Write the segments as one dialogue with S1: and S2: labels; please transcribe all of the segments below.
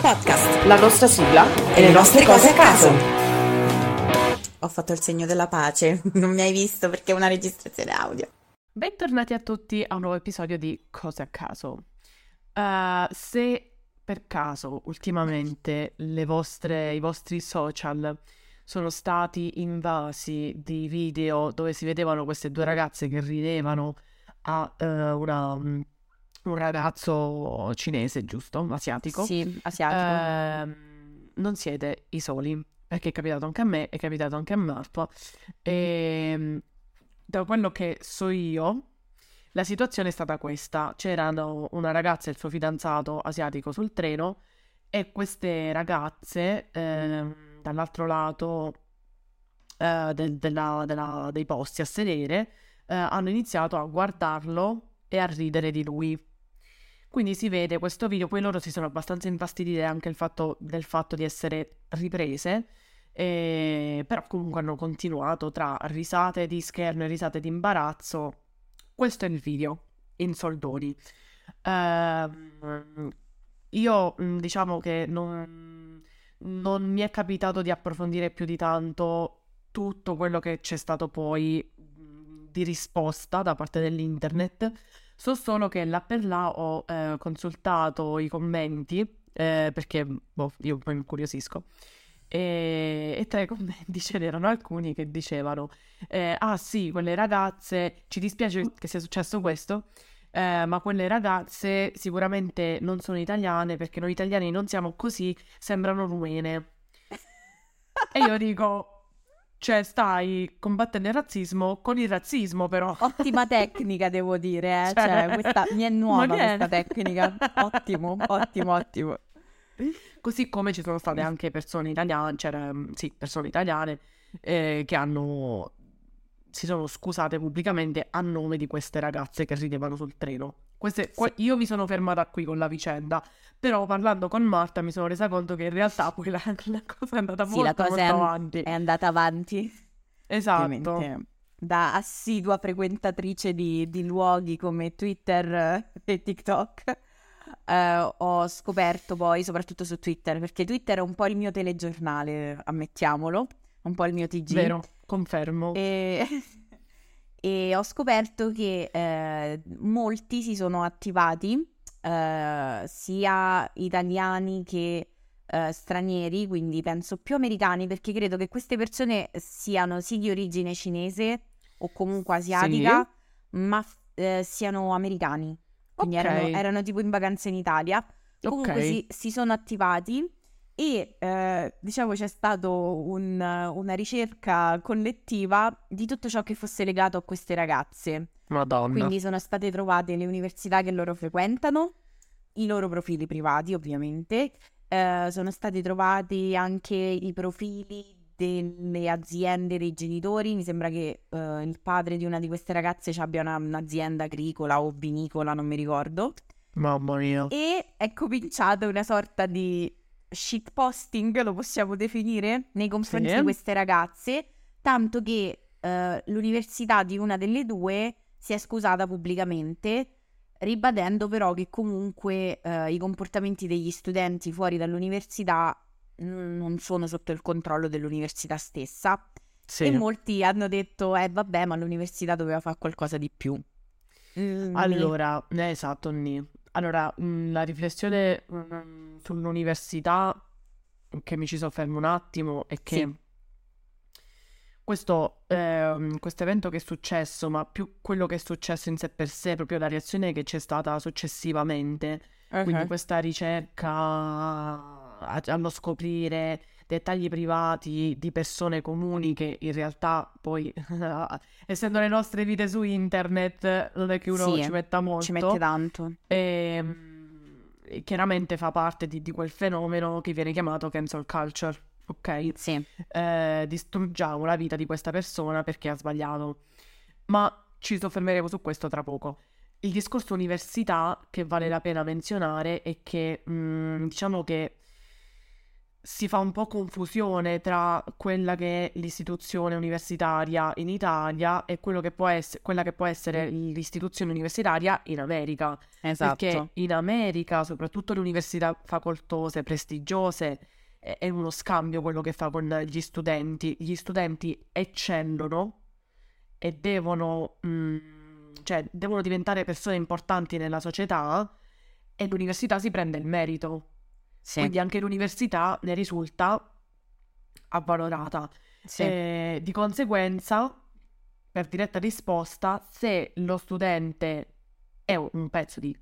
S1: podcast, la nostra sigla e le nostre cose a caso. Ho fatto il segno della pace, non mi hai visto perché è una registrazione audio.
S2: Bentornati a tutti a un nuovo episodio di Cose a caso. Se per caso ultimamente i vostri social sono stati invasi di video dove si vedevano queste due ragazze che ridevano a un ragazzo cinese, giusto? Asiatico.
S1: Sì, asiatico.
S2: Non siete i soli, perché è capitato anche a me, è capitato anche a Marta. E da quello che so io, la situazione è stata questa. C'erano una ragazza e il suo fidanzato asiatico sul treno e queste ragazze dall'altro lato dei posti a sedere hanno iniziato a guardarlo e a ridere di lui. Quindi si vede questo video, poi loro si sono abbastanza infastidite anche del fatto di essere riprese, però comunque hanno continuato tra risate di scherno e risate di imbarazzo. Questo è il video, in soldoni. Io diciamo che non mi è capitato di approfondire più di tanto tutto quello che c'è stato poi di risposta da parte dell'internet. So solo che là per là ho consultato i commenti perché io poi mi incuriosisco e tra i commenti ce n'erano alcuni che dicevano ah sì, quelle ragazze, ci dispiace che sia successo questo, ma quelle ragazze sicuramente non sono italiane perché noi italiani non siamo così, sembrano rumene. E io dico, cioè stai combattendo il razzismo con il razzismo, però.
S1: Ottima tecnica, devo dire, cioè questa mi è nuova questa tecnica. Ottimo, ottimo, ottimo.
S2: Così come ci sono state anche persone italiane, persone italiane che si sono scusate pubblicamente a nome di queste ragazze che ridevano sul treno. Io mi sono fermata qui con la vicenda, però parlando con Marta mi sono resa conto che in realtà poi la cosa è andata molto avanti.
S1: È andata avanti.
S2: Esatto.
S1: Ovviamente, da assidua frequentatrice di luoghi come Twitter e TikTok, ho scoperto poi, soprattutto su Twitter, perché Twitter è un po' il mio telegiornale, ammettiamolo, un po' il mio TG.
S2: Vero, confermo.
S1: E ho scoperto che molti si sono attivati, sia italiani che stranieri, quindi penso più americani, perché credo che queste persone siano sì di origine cinese o comunque asiatica, sì, ma siano americani. Quindi erano tipo in vacanza in Italia. Comunque si sono attivati e diciamo c'è stato una ricerca collettiva di tutto ciò che fosse legato a queste ragazze.
S2: Madonna.
S1: Quindi sono state trovate le università che loro frequentano, i loro profili privati ovviamente, sono stati trovati anche i profili delle aziende dei genitori. Mi sembra che il padre di una di queste ragazze abbia un'azienda agricola o vinicola, non mi ricordo.
S2: Mamma mia.
S1: E è cominciata una sorta di shitposting, lo possiamo definire, nei confronti di queste ragazze, tanto che l'università di una delle due si è scusata pubblicamente, ribadendo però che comunque i comportamenti degli studenti fuori dall'università non sono sotto il controllo dell'università stessa. Sì. E molti hanno detto vabbè, ma l'università doveva fare qualcosa di più.
S2: Allora, esatto, allora, la riflessione sull'università che mi ci soffermo un attimo è che questo evento che è successo, ma più quello che è successo in sé per sé, proprio la reazione che c'è stata successivamente, quindi questa ricerca allo scoprire dettagli privati di persone comuni che in realtà poi, essendo le nostre vite su internet, non è che uno ci metta molto.
S1: Ci mette tanto.
S2: E chiaramente fa parte di quel fenomeno che viene chiamato cancel culture. Ok?
S1: Sì.
S2: Distruggiamo la vita di questa persona perché ha sbagliato. Ma ci soffermeremo su questo tra poco. Il discorso università che vale la pena menzionare è che diciamo che si fa un po' confusione tra quella che è l'istituzione universitaria in Italia e quello che può essere, quella che può essere l'istituzione universitaria in America. Perché
S1: Esatto.
S2: in America, soprattutto le università facoltose, prestigiose, è uno scambio quello che fa con gli studenti. Gli studenti eccellono e devono, cioè, devono diventare persone importanti nella società e l'università si prende il merito.
S1: Sì,
S2: Quindi anche l'università ne risulta avvalorata.
S1: sì.
S2: Di conseguenza, per diretta risposta, se lo studente è un pezzo di...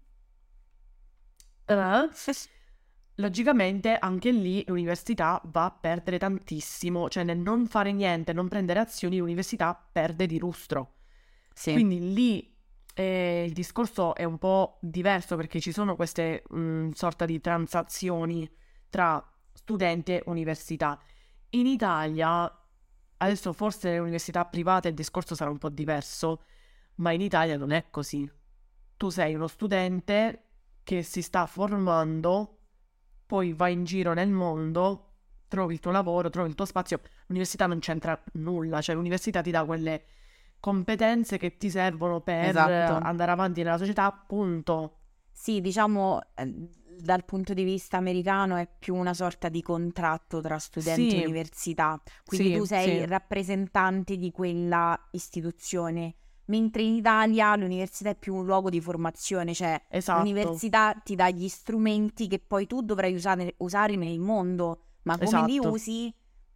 S2: logicamente anche lì l'università va a perdere tantissimo, cioè nel non fare niente, non prendere azioni, l'università perde di lustro.
S1: Sì,
S2: Quindi lì il discorso è un po' diverso perché ci sono queste sorta di transazioni tra studente e università. In Italia, adesso forse nelle università private il discorso sarà un po' diverso, ma in Italia non è così. Tu sei uno studente che si sta formando, poi vai in giro nel mondo, trovi il tuo lavoro, trovi il tuo spazio. L'università non c'entra nulla, cioè l'università ti dà quelle competenze che ti servono per
S1: esatto.
S2: andare avanti nella società, punto.
S1: Sì, diciamo, dal punto di vista americano è più una sorta di contratto tra studenti e
S2: Sì,
S1: università, quindi tu
S2: sì,
S1: sei
S2: sì,
S1: rappresentante di quella istituzione, mentre in Italia l'università è più un luogo di formazione, cioè
S2: esatto,
S1: l'università ti dà gli strumenti che poi tu dovrai usare nel mondo, ma come li
S2: esatto,
S1: usi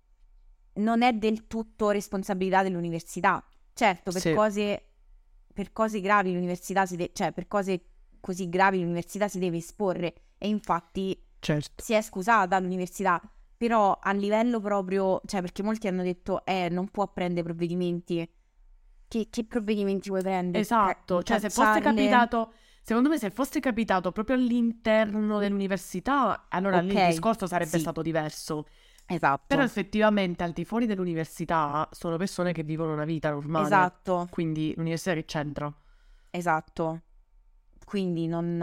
S1: non è del tutto responsabilità dell'università. Certo,
S2: sì,
S1: per cose gravi l'università cioè per cose così gravi l'università si deve esporre e infatti
S2: certo.
S1: si è scusata l'università, però a livello proprio, cioè perché molti hanno detto non può prendere provvedimenti. Che provvedimenti vuoi prendere?
S2: Esatto, cioè se fosse
S1: Cacciarle?
S2: capitato, secondo me se fosse capitato proprio all'interno dell'università, allora lì il
S1: Ok,
S2: discorso sarebbe
S1: sì,
S2: stato diverso. Però
S1: esatto,
S2: effettivamente al di fuori dell'università sono persone che vivono una vita normale,
S1: esatto,
S2: quindi l'università che c'entra?
S1: esatto. Quindi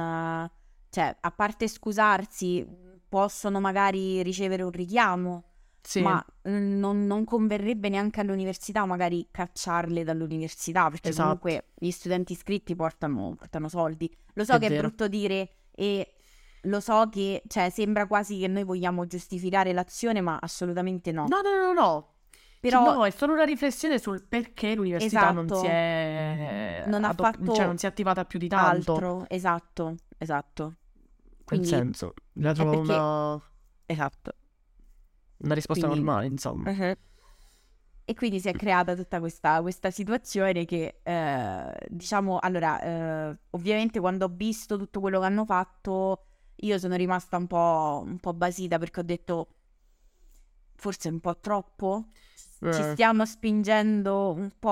S1: cioè, a parte scusarsi, possono magari ricevere un richiamo,
S2: Sì,
S1: ma non converrebbe neanche all'università magari cacciarle dall'università, perché
S2: esatto,
S1: comunque gli studenti iscritti portano soldi. Lo so
S2: è
S1: che è
S2: vero.
S1: brutto dire e lo so che, cioè, sembra quasi che noi vogliamo giustificare l'azione, ma assolutamente no.
S2: No, no, no, no.
S1: Però,
S2: No, è solo una riflessione sul perché l'università non si
S1: esatto,
S2: è
S1: non ha
S2: cioè non
S1: fatto
S2: si è attivata più di tanto.
S1: altro, esatto, esatto.
S2: Nel
S1: Quindi
S2: senso, la
S1: è
S2: trovo
S1: perché, esatto.
S2: una risposta
S1: Quindi,
S2: normale, insomma.
S1: mhm. E quindi si è creata tutta questa situazione che, diciamo, allora, ovviamente quando ho visto tutto quello che hanno fatto, io sono rimasta un po' basita perché ho detto, forse un po' troppo, ci
S2: Eh,
S1: stiamo spingendo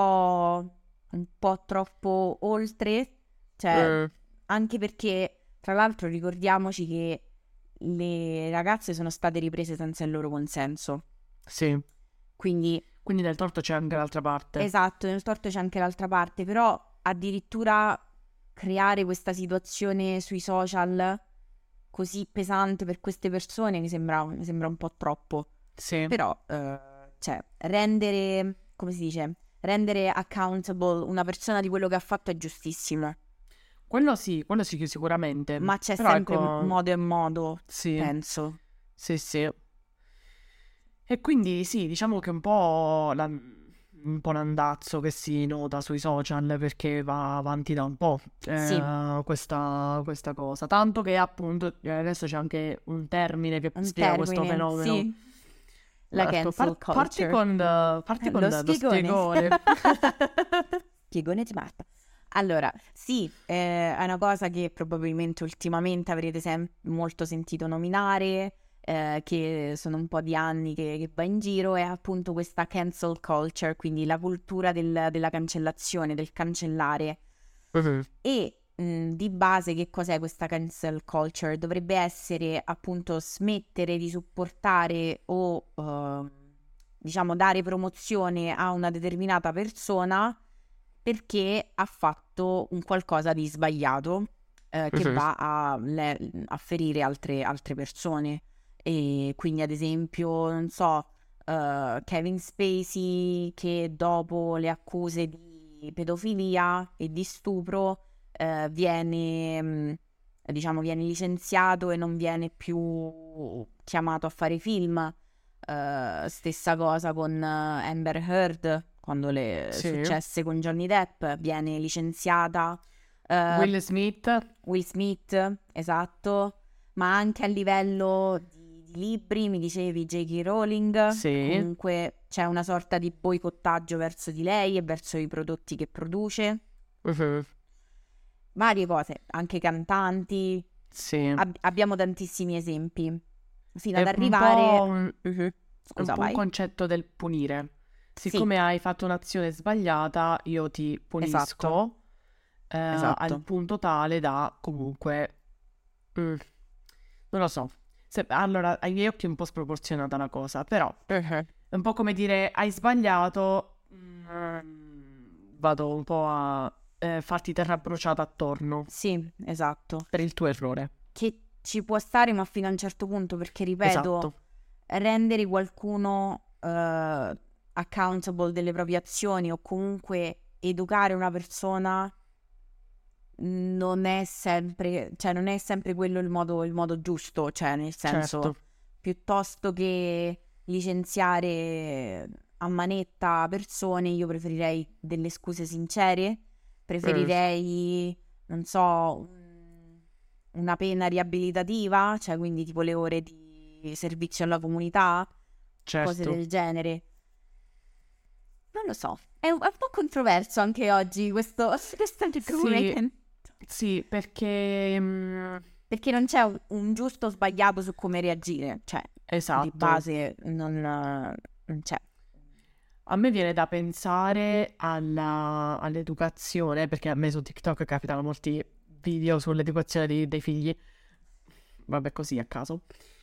S1: un po' troppo oltre, cioè,
S2: eh,
S1: anche perché, tra l'altro, ricordiamoci che le ragazze sono state riprese senza il loro consenso.
S2: sì.
S1: Quindi,
S2: Quindi nel torto c'è anche l'altra parte.
S1: esatto, nel torto c'è anche l'altra parte, però addirittura creare questa situazione sui social così pesante per queste persone mi sembra un po' troppo.
S2: Sì.
S1: Però, cioè, rendere, come si dice, rendere accountable una persona di quello che ha fatto è giustissimo,
S2: Quello sì che sicuramente.
S1: ma c'è
S2: Però
S1: sempre
S2: ecco,
S1: modo e modo,
S2: sì,
S1: penso.
S2: sì, sì. E quindi sì, diciamo che un po' l'andazzo che si nota sui social perché va avanti da un po'
S1: Sì,
S2: questa cosa. Tanto che appunto adesso c'è anche un termine che
S1: un
S2: spiega questo
S1: termine,
S2: fenomeno.
S1: sì, la
S2: Ecco,
S1: cancel culture.
S2: parti con
S1: Lo
S2: lo
S1: spiegone.
S2: spiegone.
S1: Spiegone di Marta. Allora, sì, è una cosa che probabilmente ultimamente avrete molto sentito nominare, che sono un po' di anni che va in giro, è appunto questa cancel culture, quindi la cultura della cancellazione, del cancellare.
S2: Mhm.
S1: E di base che cos'è questa cancel culture? Dovrebbe essere appunto smettere di supportare o diciamo dare promozione a una determinata persona perché ha fatto un qualcosa di sbagliato che
S2: Mhm.
S1: va a ferire altre persone. E quindi ad esempio, non so, Kevin Spacey che dopo le accuse di pedofilia e di stupro viene licenziato e non viene più chiamato a fare film. Stessa cosa con Amber Heard, quando le
S2: Sì.
S1: successe con Johnny Depp, viene licenziata.
S2: Will Smith.
S1: Will Smith, esatto, ma anche a livello di libri, mi dicevi J.K. Rowling,
S2: Sì.
S1: comunque c'è una sorta di boicottaggio verso di lei e verso i prodotti che produce. Varie cose, anche cantanti,
S2: Sì.
S1: abbiamo tantissimi esempi, fino
S2: È
S1: ad
S2: un
S1: arrivare...
S2: po'
S1: Mhm. Scusa,
S2: un po' un
S1: vai.
S2: concetto del punire.
S1: Sì,
S2: Siccome hai fatto un'azione sbagliata, io ti punisco
S1: esatto,
S2: al
S1: esatto.
S2: punto tale da comunque... non lo so. Allora, ai miei occhi è un po' sproporzionata la cosa, però è un po' come dire hai sbagliato, vado un po' a farti terra bruciata attorno
S1: Sì, esatto.
S2: per il tuo errore.
S1: Che ci può stare, ma fino a un certo punto, perché ripeto,
S2: Esatto.
S1: rendere qualcuno accountable delle proprie azioni o comunque educare una persona non è sempre, cioè non è sempre quello il modo giusto, cioè nel senso,
S2: Certo.
S1: piuttosto che licenziare a manetta persone, io preferirei delle scuse sincere, preferirei, non so, una pena riabilitativa, cioè quindi tipo le ore di servizio alla comunità, cose
S2: Certo.
S1: del genere. Non lo so, è un po' controverso anche oggi questo argomento.
S2: Sì, perché...
S1: Perché non c'è un giusto o sbagliato su come reagire, cioè di
S2: esatto.
S1: base non c'è.
S2: A me viene da pensare all'educazione, perché a me su TikTok capitano molti video sull'educazione dei figli, vabbè così a caso,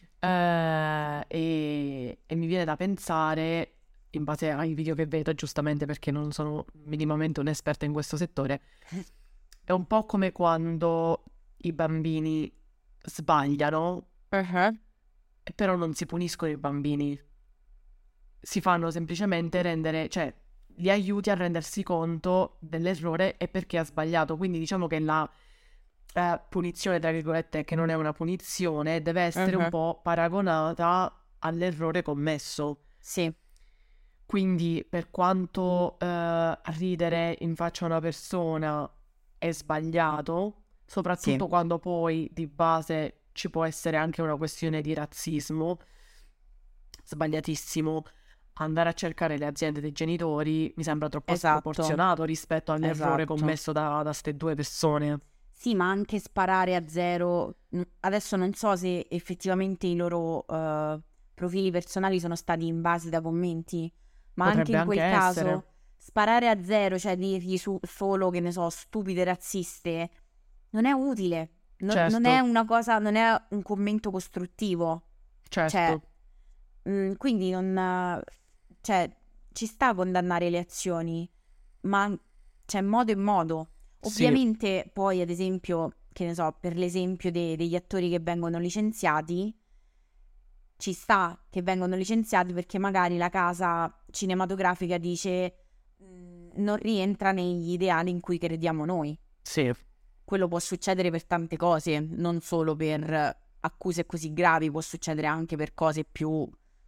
S2: e mi viene da pensare, in base ai video che vedo, giustamente perché non sono minimamente un'esperta in questo settore, è un po' come quando i bambini sbagliano, però non si puniscono i bambini. Si fanno semplicemente rendere, li aiuti a rendersi conto dell'errore e perché ha sbagliato. Quindi diciamo che la punizione, tra virgolette, che non è una punizione, deve essere un po' paragonata all'errore commesso.
S1: Sì.
S2: Quindi per quanto ridere in faccia a una persona è sbagliato, soprattutto quando poi di base ci può essere anche una questione di razzismo, sbagliatissimo. Andare a cercare le aziende dei genitori mi sembra troppo sproporzionato rispetto all'errore commesso da ste due persone.
S1: Sì, ma anche sparare a zero. Adesso non so se effettivamente i loro profili personali sono stati invasi da commenti, ma
S2: Potrebbe
S1: anche in quel
S2: anche
S1: caso
S2: essere.
S1: sparare a zero, cioè dirgli solo, che ne so, stupide razziste, non è utile.
S2: Certo.
S1: Non è una cosa, non è un commento costruttivo.
S2: Certo.
S1: Cioè, quindi non... Cioè, ci sta a condannare le azioni, ma c'è modo e modo. Ovviamente poi, ad esempio, che ne so, per l'esempio degli attori che vengono licenziati, ci sta che vengono licenziati perché magari la casa cinematografica dice non rientra negli ideali in cui crediamo noi.
S2: Sì.
S1: Quello può succedere per tante cose, non solo per accuse così gravi, può succedere anche per cose più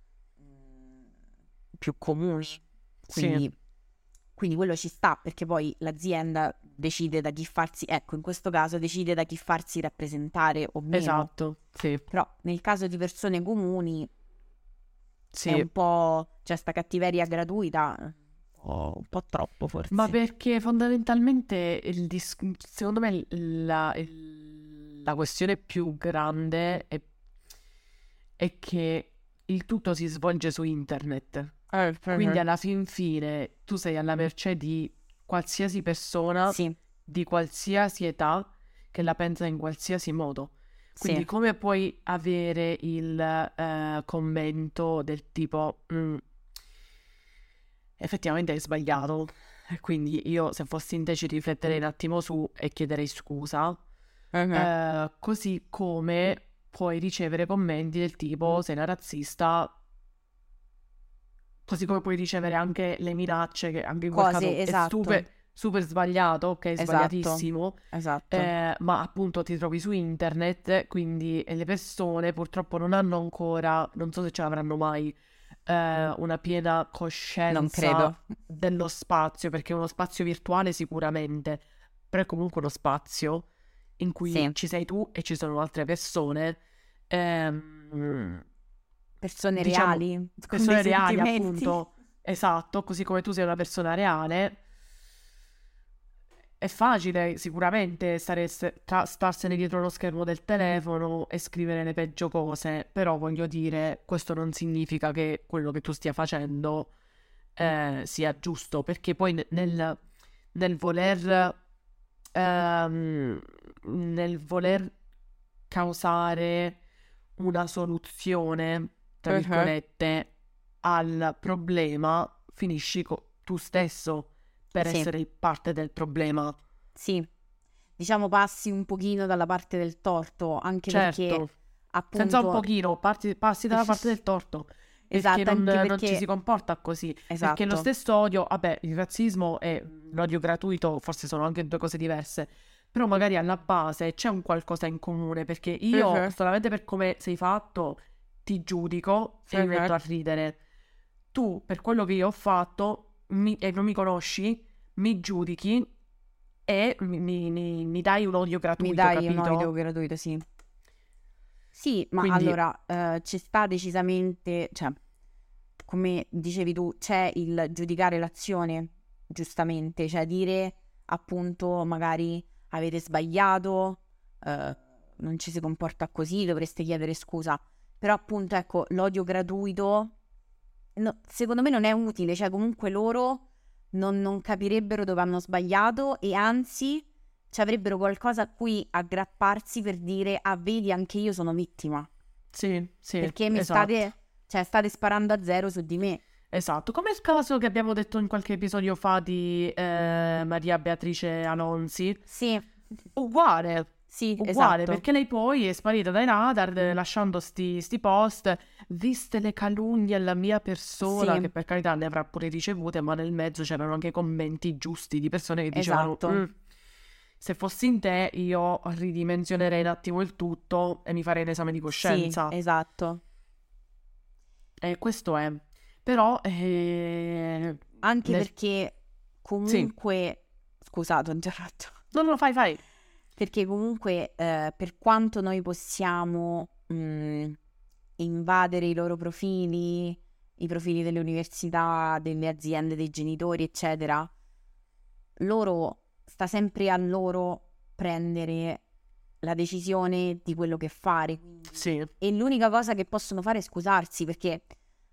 S1: comuni. Quindi quello ci sta, perché poi l'azienda decide da chi farsi, ecco, in questo caso decide da chi farsi rappresentare o meno.
S2: Esatto, sì.
S1: Però nel caso di persone comuni
S2: Sì.
S1: è un po', c'è sta cattiveria gratuita, un po' troppo forse.
S2: Ma perché fondamentalmente secondo me la questione più grande è che il tutto si svolge su internet. Quindi alla fin fine tu sei alla mercé di qualsiasi persona di qualsiasi età che la pensa in qualsiasi modo. Quindi come puoi avere il commento del tipo effettivamente hai sbagliato, quindi io se fossi in te ci rifletterei un attimo su e chiederei scusa. Così come puoi ricevere commenti del tipo sei una razzista, così come puoi ricevere anche le minacce, che anche in quel caso
S1: Cose,
S2: è
S1: esatto,
S2: super sbagliato, ok,
S1: esatto,
S2: sbagliatissimo,
S1: esatto.
S2: ma appunto ti trovi su internet, quindi le persone purtroppo non hanno ancora, non so se ce l'avranno mai, una piena
S1: Non
S2: coscienza
S1: credo.
S2: dello spazio, perché è uno spazio virtuale sicuramente, però è comunque uno spazio in cui
S1: Sì,
S2: ci sei tu e ci sono altre persone,
S1: persone
S2: diciamo,
S1: reali, con dei
S2: persone reali,
S1: sentimenti.
S2: appunto, esatto, così come tu sei una persona reale. È facile sicuramente starsene dietro lo schermo del telefono e scrivere le peggio cose, però voglio dire, questo non significa che quello che tu stia facendo sia giusto, perché poi nel voler nel voler causare una soluzione, tra
S1: Mhm.
S2: virgolette, al problema, finisci tu stesso per
S1: Sì,
S2: essere parte del problema.
S1: sì, diciamo passi un pochino dalla parte del torto, anche perché
S2: Certo, senza un
S1: appunto,
S2: pochino, passi dalla parte del torto, perché
S1: esatto, anche
S2: non ci si
S1: perché,
S2: comporta così, perché lo
S1: esatto,
S2: stesso odio, vabbè, il razzismo e l'odio gratuito forse sono anche due cose diverse, però magari alla base c'è un qualcosa in comune, perché io,
S1: Mhm,
S2: solamente per come sei fatto, ti giudico e mi
S1: mhm.
S2: metto a ridere. Tu, per quello che io ho fatto, e non mi conosci, mi giudichi e mi dai un odio
S1: Mi
S2: gratuito,
S1: dai un odio
S2: capito?
S1: gratuito, sì. Sì, ma
S2: Quindi,
S1: allora ci sta decisamente, cioè, come dicevi tu, c'è il giudicare l'azione, giustamente, cioè dire appunto magari avete sbagliato, eh, non ci si comporta così, dovreste chiedere scusa. Però appunto, ecco, l'odio gratuito, secondo me non è utile, cioè comunque loro non capirebbero dove hanno sbagliato e anzi ci avrebbero qualcosa a cui aggrapparsi per dire, ah, vedi, anche io sono vittima,
S2: sì,
S1: perché mi
S2: esatto.
S1: state sparando a zero su di me.
S2: Esatto, come il caso che abbiamo detto in qualche episodio fa di Maria Beatrice Alonsi.
S1: Sì,
S2: Uguale,
S1: sì,
S2: uguale,
S1: esatto.
S2: perché lei poi è sparita dai radar lasciando sti post, viste le calunnie alla mia persona, che
S1: Sì,
S2: per carità ne avrà pure ricevute, ma nel mezzo c'erano anche commenti giusti di persone che dicevano
S1: esatto.
S2: se fossi in te io ridimensionerei un attimo il tutto e mi farei l'esame di
S1: Sì,
S2: coscienza.
S1: esatto.
S2: E questo è. Però,
S1: Anche
S2: nel...
S1: perché
S2: sì,
S1: comunque, scusate, ho interrotto.
S2: no, fai.
S1: Perché comunque per quanto noi possiamo invadere i loro profili, i profili delle università, delle aziende, dei genitori, eccetera, loro sta sempre a loro prendere la decisione di quello che fare.
S2: Sì,
S1: E l'unica cosa che possono fare è scusarsi perché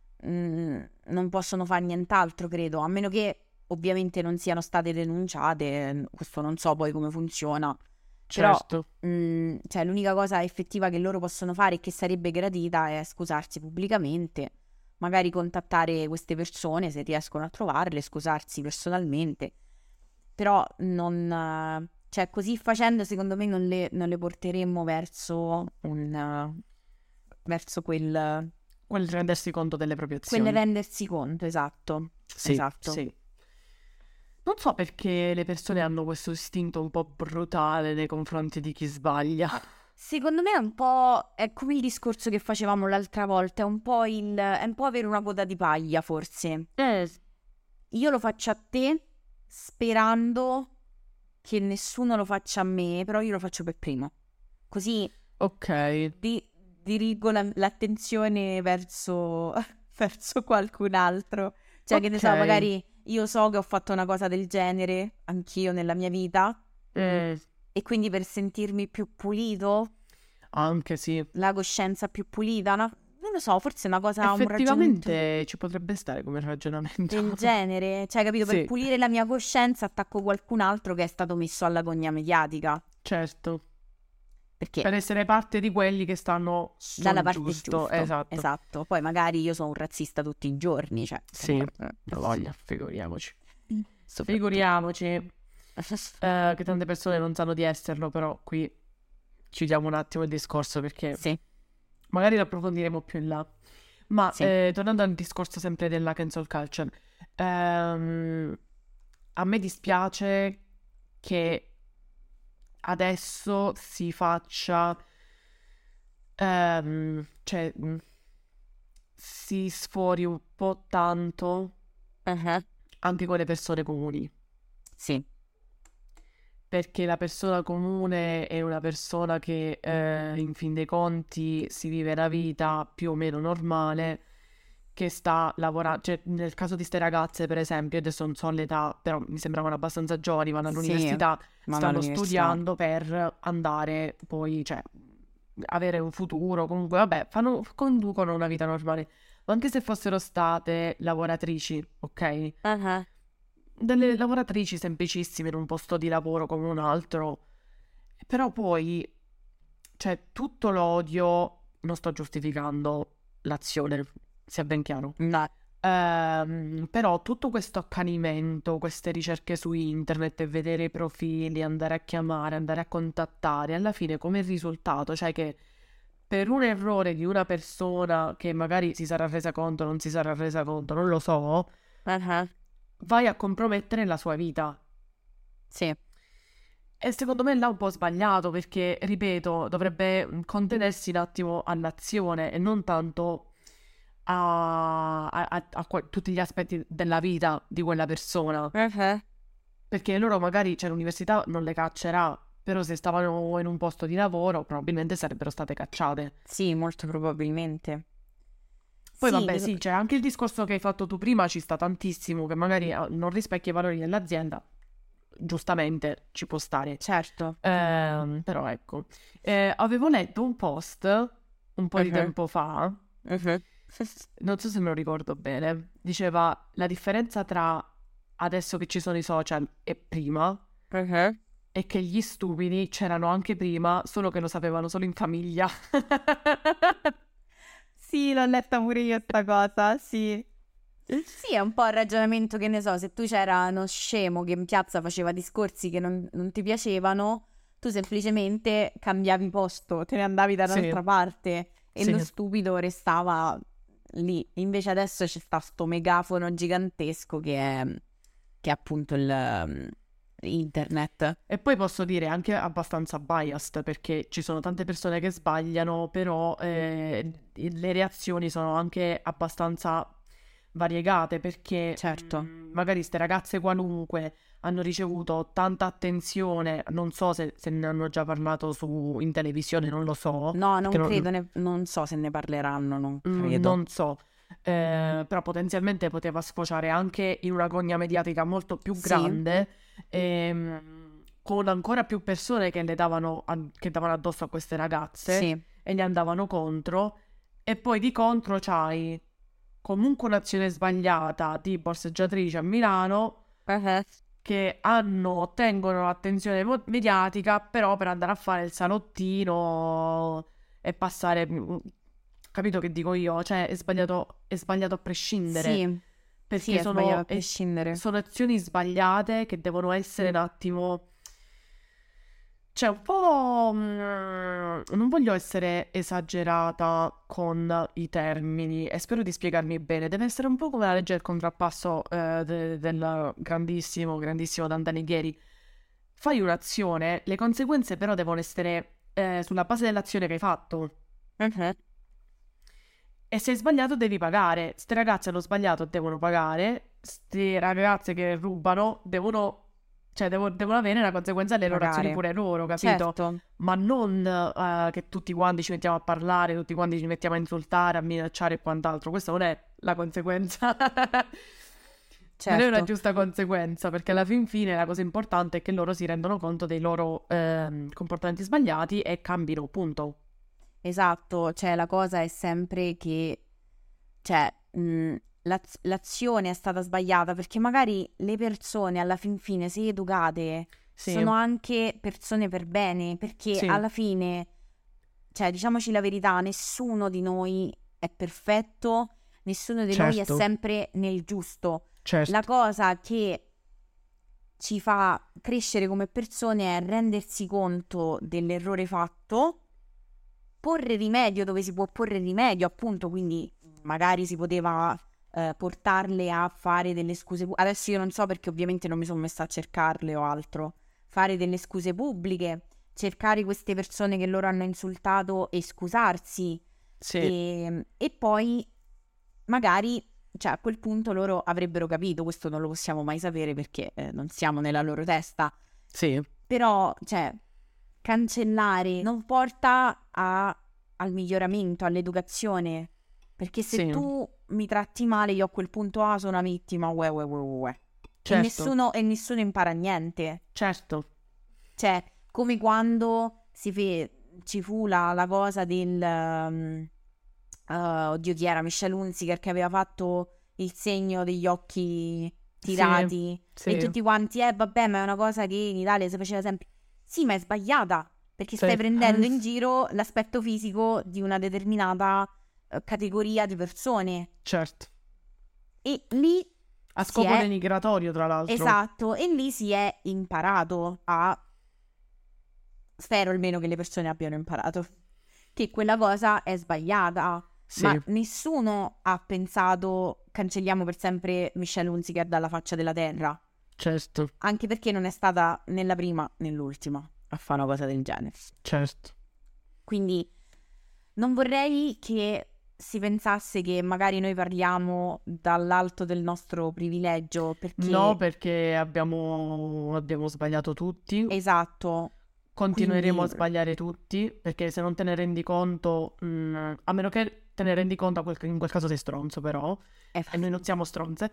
S1: non possono fare nient'altro, credo, a meno che ovviamente non siano state denunciate, questo non so poi come funziona, però
S2: certo.
S1: cioè, l'unica cosa effettiva che loro possono fare e che sarebbe gradita è scusarsi pubblicamente, magari contattare queste persone se riescono a trovarle, scusarsi personalmente, però non... cioè, così facendo, secondo me non le porteremmo verso verso
S2: Quel rendersi conto delle proprie
S1: quel
S2: azioni.
S1: rendersi conto, esatto,
S2: Sì,
S1: esatto.
S2: sì. Non so perché le persone hanno questo istinto un po' brutale nei confronti di chi sbaglia.
S1: Secondo me è un po', è come il discorso che facevamo l'altra volta, è un po' avere una coda di paglia, forse.
S2: Eh,
S1: Io lo faccio a te sperando che nessuno lo faccia a me, però io lo faccio per primo. Così
S2: ok,
S1: dirigo l'attenzione verso, verso qualcun altro. Cioè, che ne
S2: ok.
S1: so, magari io so che ho fatto una cosa del genere, anch'io nella mia vita,
S2: Eh,
S1: e quindi per sentirmi più pulito,
S2: anche sì.
S1: la coscienza più pulita, non lo so, forse è una cosa, un ragionamento
S2: Effettivamente ci potrebbe stare come ragionamento.
S1: del genere. Cioè, capito, per
S2: Sì,
S1: pulire la mia coscienza attacco qualcun altro che è stato messo alla gogna mediatica.
S2: certo.
S1: Perché
S2: Per essere parte di quelli che stanno
S1: dalla
S2: sul
S1: parte
S2: giusto.
S1: giusta,
S2: Esatto.
S1: esatto. Poi magari io sono un razzista tutti i giorni, cioè,
S2: Sì, la voglia, figuriamoci.
S1: soprattutto.
S2: Figuriamoci che tante persone non sanno di esserlo, però qui chiudiamo un attimo il discorso perché
S1: Sì.
S2: magari lo approfondiremo più in là. Ma
S1: Sì.
S2: tornando al discorso sempre della cancel culture, a me dispiace che adesso si faccia, cioè si sfori un po' tanto
S1: Uh-huh.
S2: anche con le persone comuni,
S1: Sì.
S2: perché la persona comune è una persona che in fin dei conti si vive la vita più o meno normale, che sta lavorando, cioè nel caso di ste ragazze per esempio, adesso non so l'età, però mi sembravano abbastanza giovani, vanno
S1: Sì,
S2: all'università,
S1: vanno
S2: stanno
S1: all'università.
S2: studiando per andare poi, cioè, avere un futuro, comunque vabbè, conducono una vita normale, ma anche se fossero state lavoratrici, ok?
S1: Uh-huh.
S2: Delle lavoratrici semplicissime in un posto di lavoro come un altro, però poi, cioè, tutto l'odio, non sto giustificando l'azione, sia ben chiaro.
S1: No.
S2: Però tutto questo accanimento, queste ricerche su internet e vedere i profili, andare a chiamare, andare a contattare, alla fine come risultato, cioè che per un errore di una persona che magari si sarà resa conto, non si sarà resa conto, non lo so,
S1: Uh-huh.
S2: vai a compromettere la sua vita.
S1: Sì.
S2: E secondo me là è un po' sbagliato perché, ripeto, dovrebbe contenersi un attimo all'azione e non tanto a tutti gli aspetti della vita di quella persona.
S1: Uh-huh.
S2: Perché loro magari, cioè l'università non le caccerà, però se stavano in un posto di lavoro probabilmente sarebbero state cacciate.
S1: Sì, molto probabilmente.
S2: Poi
S1: Sì,
S2: vabbè, sì, c'è anche il discorso che hai fatto tu prima, ci sta tantissimo, che magari non rispecchia i valori dell'azienda, giustamente ci può stare.
S1: certo.
S2: Però ecco, avevo letto un post un po' di
S1: Uh-huh.
S2: tempo fa,
S1: Uh-huh.
S2: non so se me lo ricordo bene, diceva la differenza tra adesso che ci sono i social e prima
S1: Uh-huh.
S2: è che gli stupidi c'erano anche prima, solo che lo sapevano solo in famiglia.
S1: Sì, l'ho letta pure io sta cosa, sì. Sì, è un po' il ragionamento che ne so, se tu c'era uno scemo che in piazza faceva discorsi che non ti piacevano, tu semplicemente cambiavi posto, te ne andavi da
S2: Sì,
S1: un'altra parte e
S2: sì.
S1: lo stupido restava lì. Invece adesso c'è sta sto megafono gigantesco che è appunto internet.
S2: E poi posso dire anche abbastanza biased perché ci sono tante persone che sbagliano, però le reazioni sono anche abbastanza variegate perché
S1: Certo.
S2: magari ste ragazze qualunque hanno ricevuto tanta attenzione, non so se ne hanno già parlato in televisione, non lo so,
S1: No,
S2: perché
S1: non credo, non so se ne parleranno, non credo.
S2: non so. Però potenzialmente poteva sfociare anche in una gogna mediatica molto più
S1: Sì,
S2: grande, con ancora più persone che che davano addosso a queste ragazze
S1: sì.
S2: e gli andavano contro, e poi di contro c'hai comunque un'azione sbagliata di borseggiatrici a Milano
S1: Uh-huh.
S2: che ottengono l'attenzione mediatica, però per andare a fare il salottino e passare, capito che dico io? Cioè è sbagliato a prescindere,
S1: Sì, sì,
S2: perché
S1: è sbagliato a prescindere.
S2: sono azioni sbagliate che devono essere un attimo, cioè un po', non voglio essere esagerata con i termini e spero di spiegarmi bene, deve essere un po' come la legge del contrappasso del grandissimo, grandissimo Dante Alighieri. Fai un'azione, le conseguenze però devono essere sulla base dell'azione che hai fatto.
S1: Uh-huh.
S2: E se hai sbagliato devi pagare. Ste ragazze hanno sbagliato, devono pagare. Ste ragazze che rubano devono avere una conseguenza alle loro azioni
S1: Pagare.
S2: pure loro, capito?
S1: Certo,
S2: Ma non che tutti quanti ci mettiamo a parlare, tutti quanti ci mettiamo a insultare, a minacciare e quant'altro. Questa non è la conseguenza. Non è una
S1: certo.
S2: giusta conseguenza, perché alla fin fine la cosa importante è che loro si rendono conto dei loro comportamenti sbagliati e cambino, punto.
S1: Esatto, cioè la cosa è sempre che, cioè, l'azione è stata sbagliata perché magari le persone alla fin fine, se educate,
S2: Sì,
S1: sono anche persone per bene, perché
S2: sì,
S1: alla fine, cioè, diciamoci la verità, nessuno di noi è perfetto, nessuno di noi è
S2: certo,
S1: sempre nel giusto.
S2: certo,
S1: La cosa che ci fa crescere come persone è rendersi conto dell'errore fatto porre rimedio dove si può porre rimedio, appunto, quindi magari si poteva portarle a fare delle scuse adesso io non so perché ovviamente non mi sono messa a cercarle o altro, fare delle scuse pubbliche, cercare queste persone che loro hanno insultato e scusarsi,
S2: Sì,
S1: e poi magari, cioè a quel punto loro avrebbero capito, questo non lo possiamo mai sapere perché non siamo nella loro testa,
S2: sì,
S1: però, cioè, cancellare non porta al miglioramento, all'educazione, perché se
S2: sì,
S1: tu mi tratti male, io a quel punto sono una vittima, uè, uè, uè, uè.
S2: certo,
S1: E nessuno impara niente.
S2: certo,
S1: Cioè, come quando ci fu la cosa del... oddio, chi era? Michelle Hunziker che aveva fatto il segno degli occhi
S2: sì,
S1: tirati e
S2: sì,
S1: tutti quanti, vabbè, ma è una cosa che in Italia si faceva sempre. Sì, ma è sbagliata, perché
S2: sì,
S1: stai prendendo in giro l'aspetto fisico di una determinata categoria di persone.
S2: certo.
S1: E lì
S2: A
S1: si
S2: scopo
S1: è...
S2: denigratorio, tra l'altro.
S1: Esatto, e lì si è imparato a... Spero almeno che le persone abbiano imparato che quella cosa è sbagliata.
S2: Sì,
S1: Ma nessuno ha pensato cancelliamo per sempre Michelle Hunziker dalla faccia della terra.
S2: certo,
S1: Anche perché non è stata né la prima né l'ultima a fare una cosa del genere.
S2: certo.
S1: Quindi non vorrei che si pensasse che magari noi parliamo dall'alto del nostro privilegio, perché...
S2: No, perché abbiamo sbagliato tutti.
S1: Esatto.
S2: Continueremo a
S1: Quindi...
S2: sbagliare tutti, perché se non te ne rendi conto, a meno che te ne rendi conto, in quel caso sei stronzo, però, e noi non siamo stronze.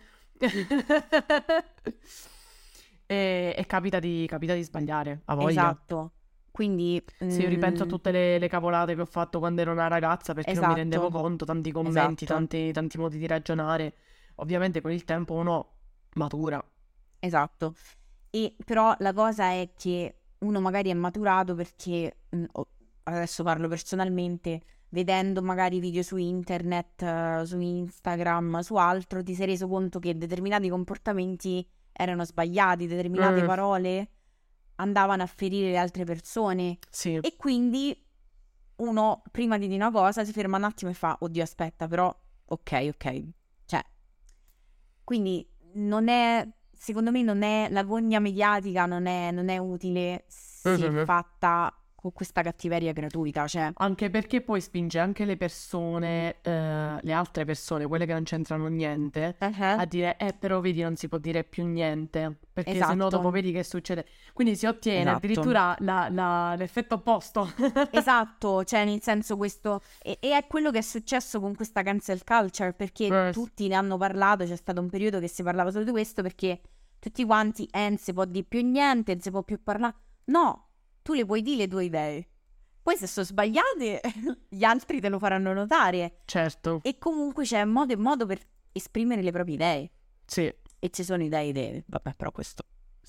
S2: E capita di sbagliare, a voglia.
S1: Esatto. Quindi...
S2: Se io ripenso a tutte le cavolate che ho fatto quando ero una ragazza, perché non mi rendevo
S1: Esatto.
S2: conto, tanti commenti,
S1: Esatto.
S2: tanti modi di ragionare, ovviamente con il tempo uno matura.
S1: Esatto. E però la cosa è che uno magari è maturato perché, adesso parlo personalmente, vedendo magari video su internet, su Instagram, su altro, ti sei reso conto che determinati comportamenti erano sbagliati, determinate parole andavano a ferire le altre persone.
S2: Sì,
S1: E quindi uno, prima di dire una cosa, si ferma un attimo e fa, oddio, aspetta, però, ok. Cioè, quindi non è, secondo me non è, la gogna mediatica non è utile se fatta con questa cattiveria gratuita, cioè...
S2: anche perché poi spinge anche le persone, le altre persone, quelle che non c'entrano niente, a dire, però vedi non si può dire più niente, perché
S1: Esatto.
S2: sennò dopo vedi che succede. Quindi si ottiene
S1: Esatto.
S2: addirittura l'effetto opposto.
S1: Esatto, cioè nel senso questo... E è quello che è successo con questa cancel culture, perché tutti ne hanno parlato, c'è stato un periodo che si parlava solo di questo, perché tutti quanti, non si può dire più niente, non si può più parlare... No! Tu le puoi dire le tue idee. Poi se sono sbagliate, gli altri te lo faranno notare.
S2: Certo,
S1: E comunque c'è modo e modo per esprimere le proprie idee.
S2: sì.
S1: E ci sono idee. Vabbè, però questo...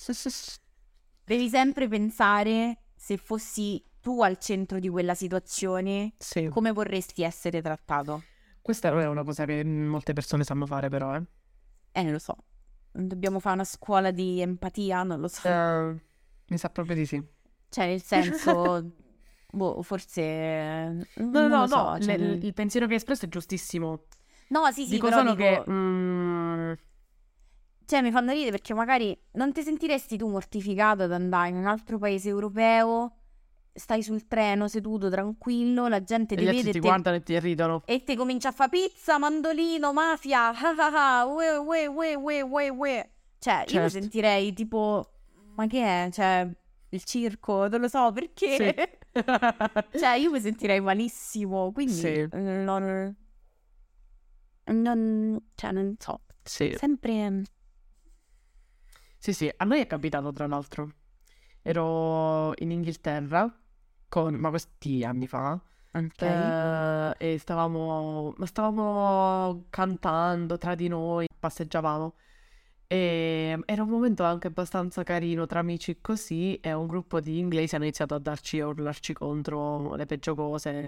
S1: Devi sempre pensare, se fossi tu al centro di quella situazione,
S2: Sì.
S1: come vorresti essere trattato.
S2: Questa non è una cosa che molte persone sanno fare, però,
S1: Non lo so. Dobbiamo fare una scuola di empatia? Non lo so.
S2: Mi sa proprio di sì.
S1: Cioè, nel senso... forse...
S2: No,
S1: non lo so, cioè...
S2: il pensiero che hai espresso è giustissimo.
S1: No, sì,
S2: Dico
S1: però
S2: solo
S1: dico...
S2: che...
S1: Cioè, mi fanno ridere perché magari non ti sentiresti tu mortificato ad andare in un altro paese europeo, stai sul treno seduto tranquillo, la gente
S2: e
S1: ti
S2: gli
S1: vede
S2: altri ti guardano e ti ridono.
S1: e ti comincia a fare pizza, mandolino, mafia, ue. Cioè, io mi
S2: Certo.
S1: sentirei tipo, ma che è? Cioè, il circo, non lo so perché.
S2: Sì.
S1: Cioè, io mi sentirei malissimo, quindi
S2: Sì.
S1: cioè, non so.
S2: Sì.
S1: Sempre...
S2: Sì, a noi è capitato tra l'altro. Ero in Inghilterra, ma questi anni fa,
S1: Ok.
S2: e stavamo cantando tra di noi, passeggiavamo. E era un momento anche abbastanza carino tra amici così, e un gruppo di inglesi hanno iniziato a urlarci contro le peggio cose.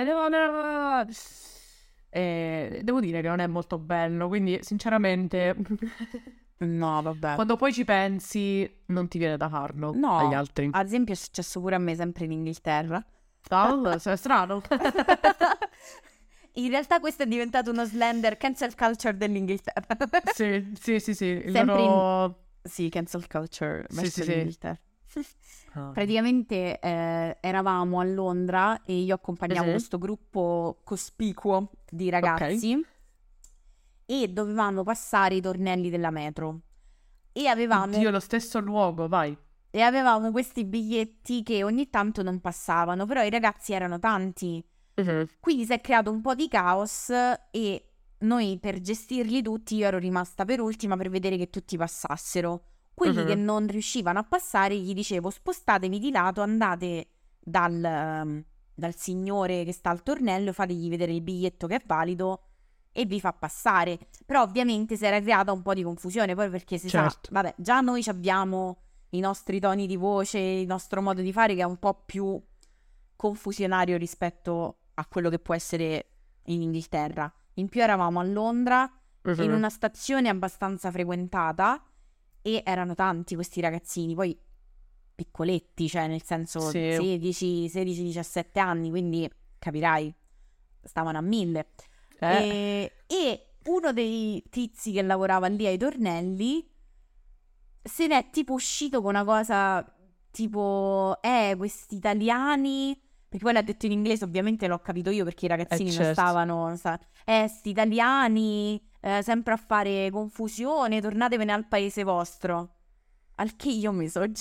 S2: E devo dire che non è molto bello, quindi sinceramente...
S1: No, vabbè.
S2: Quando poi ci pensi, non ti viene da farlo
S1: No,
S2: agli altri.
S1: ad esempio è successo pure a me sempre in Inghilterra.
S2: È strano.
S1: In realtà questo è diventato uno slender cancel culture dell'Inghilterra.
S2: Sì.
S1: Sempre Sì, cancel culture verso
S2: sì.
S1: l'Inghilterra. Praticamente eravamo a Londra e io accompagnavo questo gruppo cospicuo di ragazzi e dovevamo passare i tornelli della metro e avevamo
S2: Oddio, lo stesso luogo, vai.
S1: e avevamo questi biglietti che ogni tanto non passavano, però i ragazzi erano tanti. Quindi si è creato un po' di caos e noi per gestirli tutti io ero rimasta per ultima per vedere che tutti passassero. Quelli che non riuscivano a passare gli dicevo spostatevi di lato, andate dal signore che sta al tornello, fategli vedere il biglietto che è valido e vi fa passare. Però ovviamente si era creata un po' di confusione poi perché si sa, vabbè, già noi abbiamo i nostri toni di voce, il nostro modo di fare che è un po' più confusionario rispetto a quello che può essere in Inghilterra. In più eravamo a Londra in una stazione abbastanza frequentata e erano tanti questi ragazzini, poi piccoletti, cioè nel senso 16, 17 anni, quindi capirai, stavano a 1000. E uno dei tizi che lavorava lì ai tornelli se n'è tipo uscito con una cosa tipo questi italiani, perché poi l'ha detto in inglese, ovviamente l'ho capito io perché i ragazzini non stavano sti italiani sempre a fare confusione, tornatevene al paese vostro. Al che io mi sono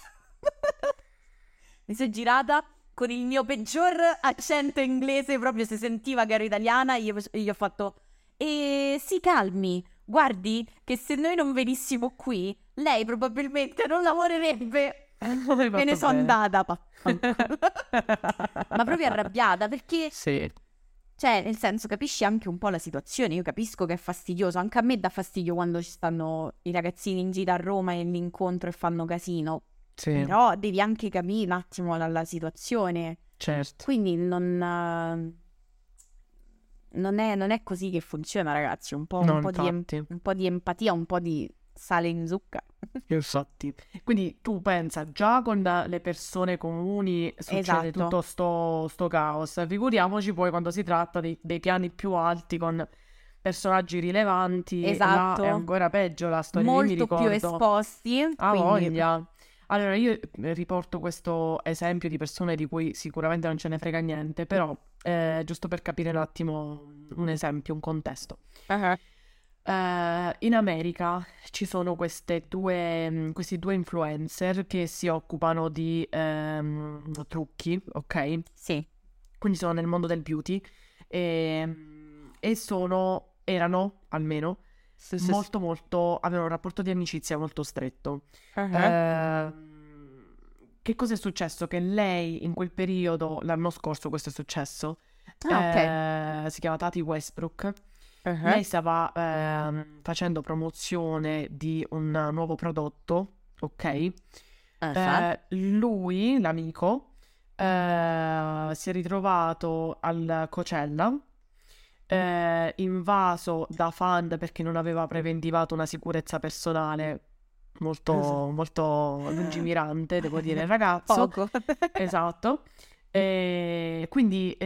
S1: girata con il mio peggior accento inglese, proprio si sentiva che ero italiana, io ho fatto si calmi, guardi che se noi non venissimo qui lei probabilmente non lavorerebbe. Me ne sono andata ma proprio arrabbiata perché cioè nel senso capisci anche un po' la situazione. Io capisco che è fastidioso, anche a me dà fastidio quando ci stanno i ragazzini in gita a Roma e l'incontro e fanno casino, però devi anche capire un attimo la situazione, quindi non è così che funziona, ragazzi. Un po' di empatia, un po' di sale in zucca.
S2: Infatti. Quindi tu pensa, già con le persone comuni succede tutto sto caos, figuriamoci poi quando si tratta dei piani più alti con personaggi rilevanti, là è ancora peggio la storia.
S1: Molto più esposti.
S2: Voglia. Allora io riporto questo esempio di persone di cui sicuramente non ce ne frega niente, però giusto per capire un attimo un esempio, un contesto. In America ci sono questi due influencer che si occupano di trucchi, ok?
S1: Sì.
S2: Quindi sono nel mondo del beauty e erano almeno molto, avevano un rapporto di amicizia molto stretto. Che cosa è successo? Che lei in quel periodo, l'anno scorso questo è successo, si chiama Tati Westbrook. Lei stava facendo promozione di un nuovo prodotto, ok? Lui, l'amico, si è ritrovato al Coachella, invaso da fan perché non aveva preventivato una sicurezza personale molto lungimirante, devo dire, il ragazzo.
S1: Poco.
S2: Esatto. Quindi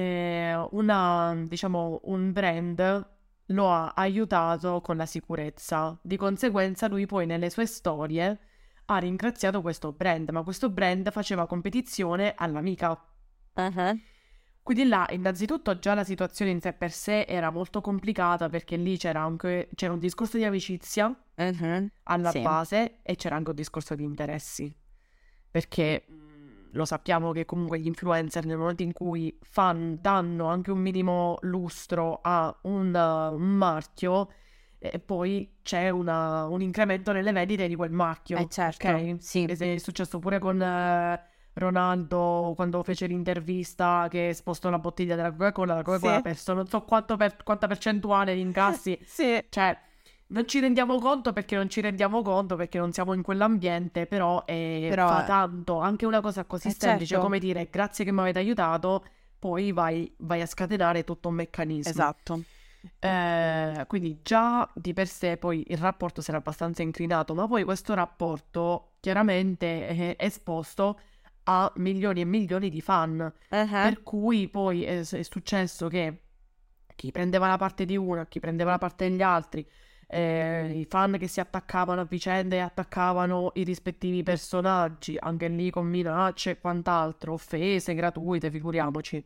S2: un brand lo ha aiutato con la sicurezza. Di conseguenza lui poi nelle sue storie ha ringraziato questo brand, ma questo brand faceva competizione all'amica. Quindi là, innanzitutto, già la situazione in sé per sé era molto complicata perché lì c'era un discorso di amicizia alla base e c'era anche un discorso di interessi. Perché lo sappiamo che comunque gli influencer nel momento in cui danno anche un minimo lustro a un marchio, poi c'è un incremento nelle vendite di quel marchio.
S1: Certo,
S2: ok?
S1: sì.
S2: È successo pure con Ronaldo quando fece l'intervista che spostò la bottiglia della Coca-Cola. La Coca-Cola ha perso non so quanta percentuale di incassi. Cioè, non ci rendiamo conto perché non siamo in quell'ambiente, però fa tanto. Anche una cosa così semplice come dire grazie che mi avete aiutato, poi vai a scatenare tutto un meccanismo.
S1: Esatto.
S2: Quindi già di per sé poi il rapporto si era abbastanza inclinato, ma poi questo rapporto chiaramente è esposto ha milioni e milioni di fan, per cui poi è successo che chi prendeva la parte di uno, chi prendeva la parte degli altri, i fan che si attaccavano a vicende e attaccavano i rispettivi personaggi, anche lì con minacce e quant'altro, offese gratuite, figuriamoci.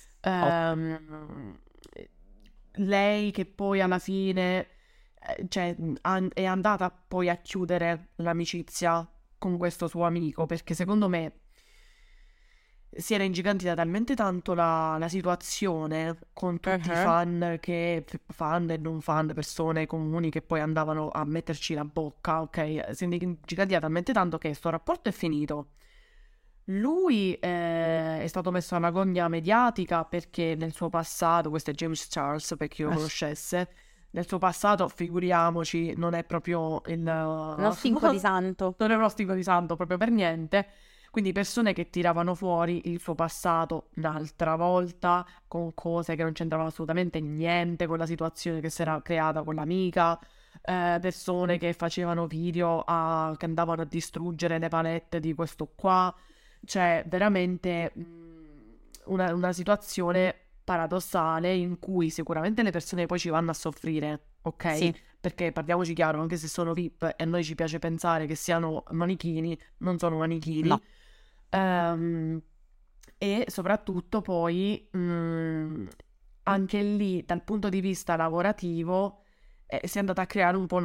S2: Lei che poi alla fine cioè, è andata poi a chiudere l'amicizia con questo suo amico, perché secondo me si era ingigantita talmente tanto la situazione con tutti i fan e non fan, persone comuni che poi andavano a metterci la bocca, ok? Si è ingigantita talmente tanto che sto rapporto è finito. Lui è stato messo alla gogna mediatica perché nel suo passato, questo è James Charles per chi lo conoscesse, nel suo passato, figuriamoci, non è proprio
S1: uno stinco di santo.
S2: Non è uno stinco di santo proprio per niente. Quindi persone che tiravano fuori il suo passato un'altra volta con cose che non c'entravano assolutamente niente con la situazione che si era creata con l'amica, persone che facevano video che andavano a distruggere le palette di questo qua, cioè veramente una situazione paradossale in cui sicuramente le persone poi ci vanno a soffrire, ok?
S1: Sì.
S2: Perché parliamoci chiaro, anche se sono VIP e a noi ci piace pensare che siano manichini, non sono manichini.
S1: No.
S2: E soprattutto poi anche lì dal punto di vista lavorativo si è andata a creare un po'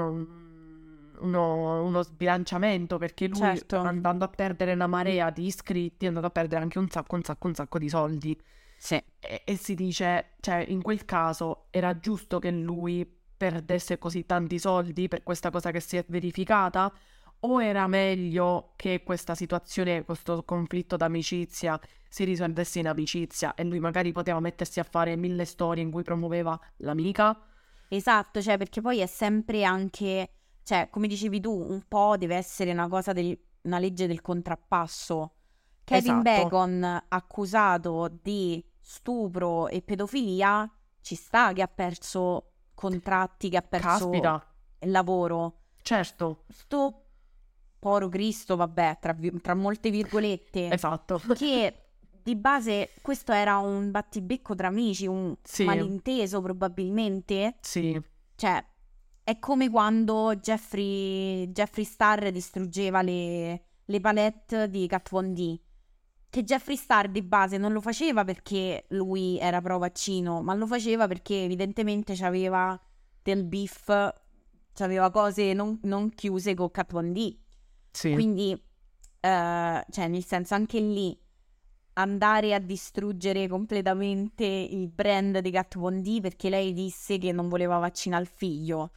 S2: uno sbilanciamento, perché lui andando a perdere una marea di iscritti è andato a perdere anche un sacco di soldi.
S1: Sì.
S2: E si dice, cioè in quel caso era giusto che lui perdesse così tanti soldi per questa cosa che si è verificata? O era meglio che questa situazione, questo conflitto d'amicizia si risolvesse in amicizia e lui magari poteva mettersi a fare 1000 storie in cui promuoveva l'amica?
S1: Esatto, cioè perché poi è sempre anche, cioè come dicevi tu, un po' deve essere una cosa una legge del contrappasso. Kevin Bacon accusato di stupro e pedofilia, ci sta che ha perso contratti, che ha perso il lavoro.
S2: Certo.
S1: Sto poro Cristo, vabbè, tra molte virgolette.
S2: Esatto.
S1: Che di base questo era un battibecco tra amici, un malinteso probabilmente.
S2: Sì.
S1: Cioè, è come quando Jeffree Star distruggeva le palette di Kat Von D. Che Jeffree Star di base non lo faceva perché lui era pro vaccino, ma lo faceva perché evidentemente c'aveva del beef, c'aveva cose non chiuse con Kat Von D.
S2: Sì.
S1: Quindi, cioè nel senso anche lì andare a distruggere completamente il brand di Kat Von D perché lei disse che non voleva vaccinare il figlio.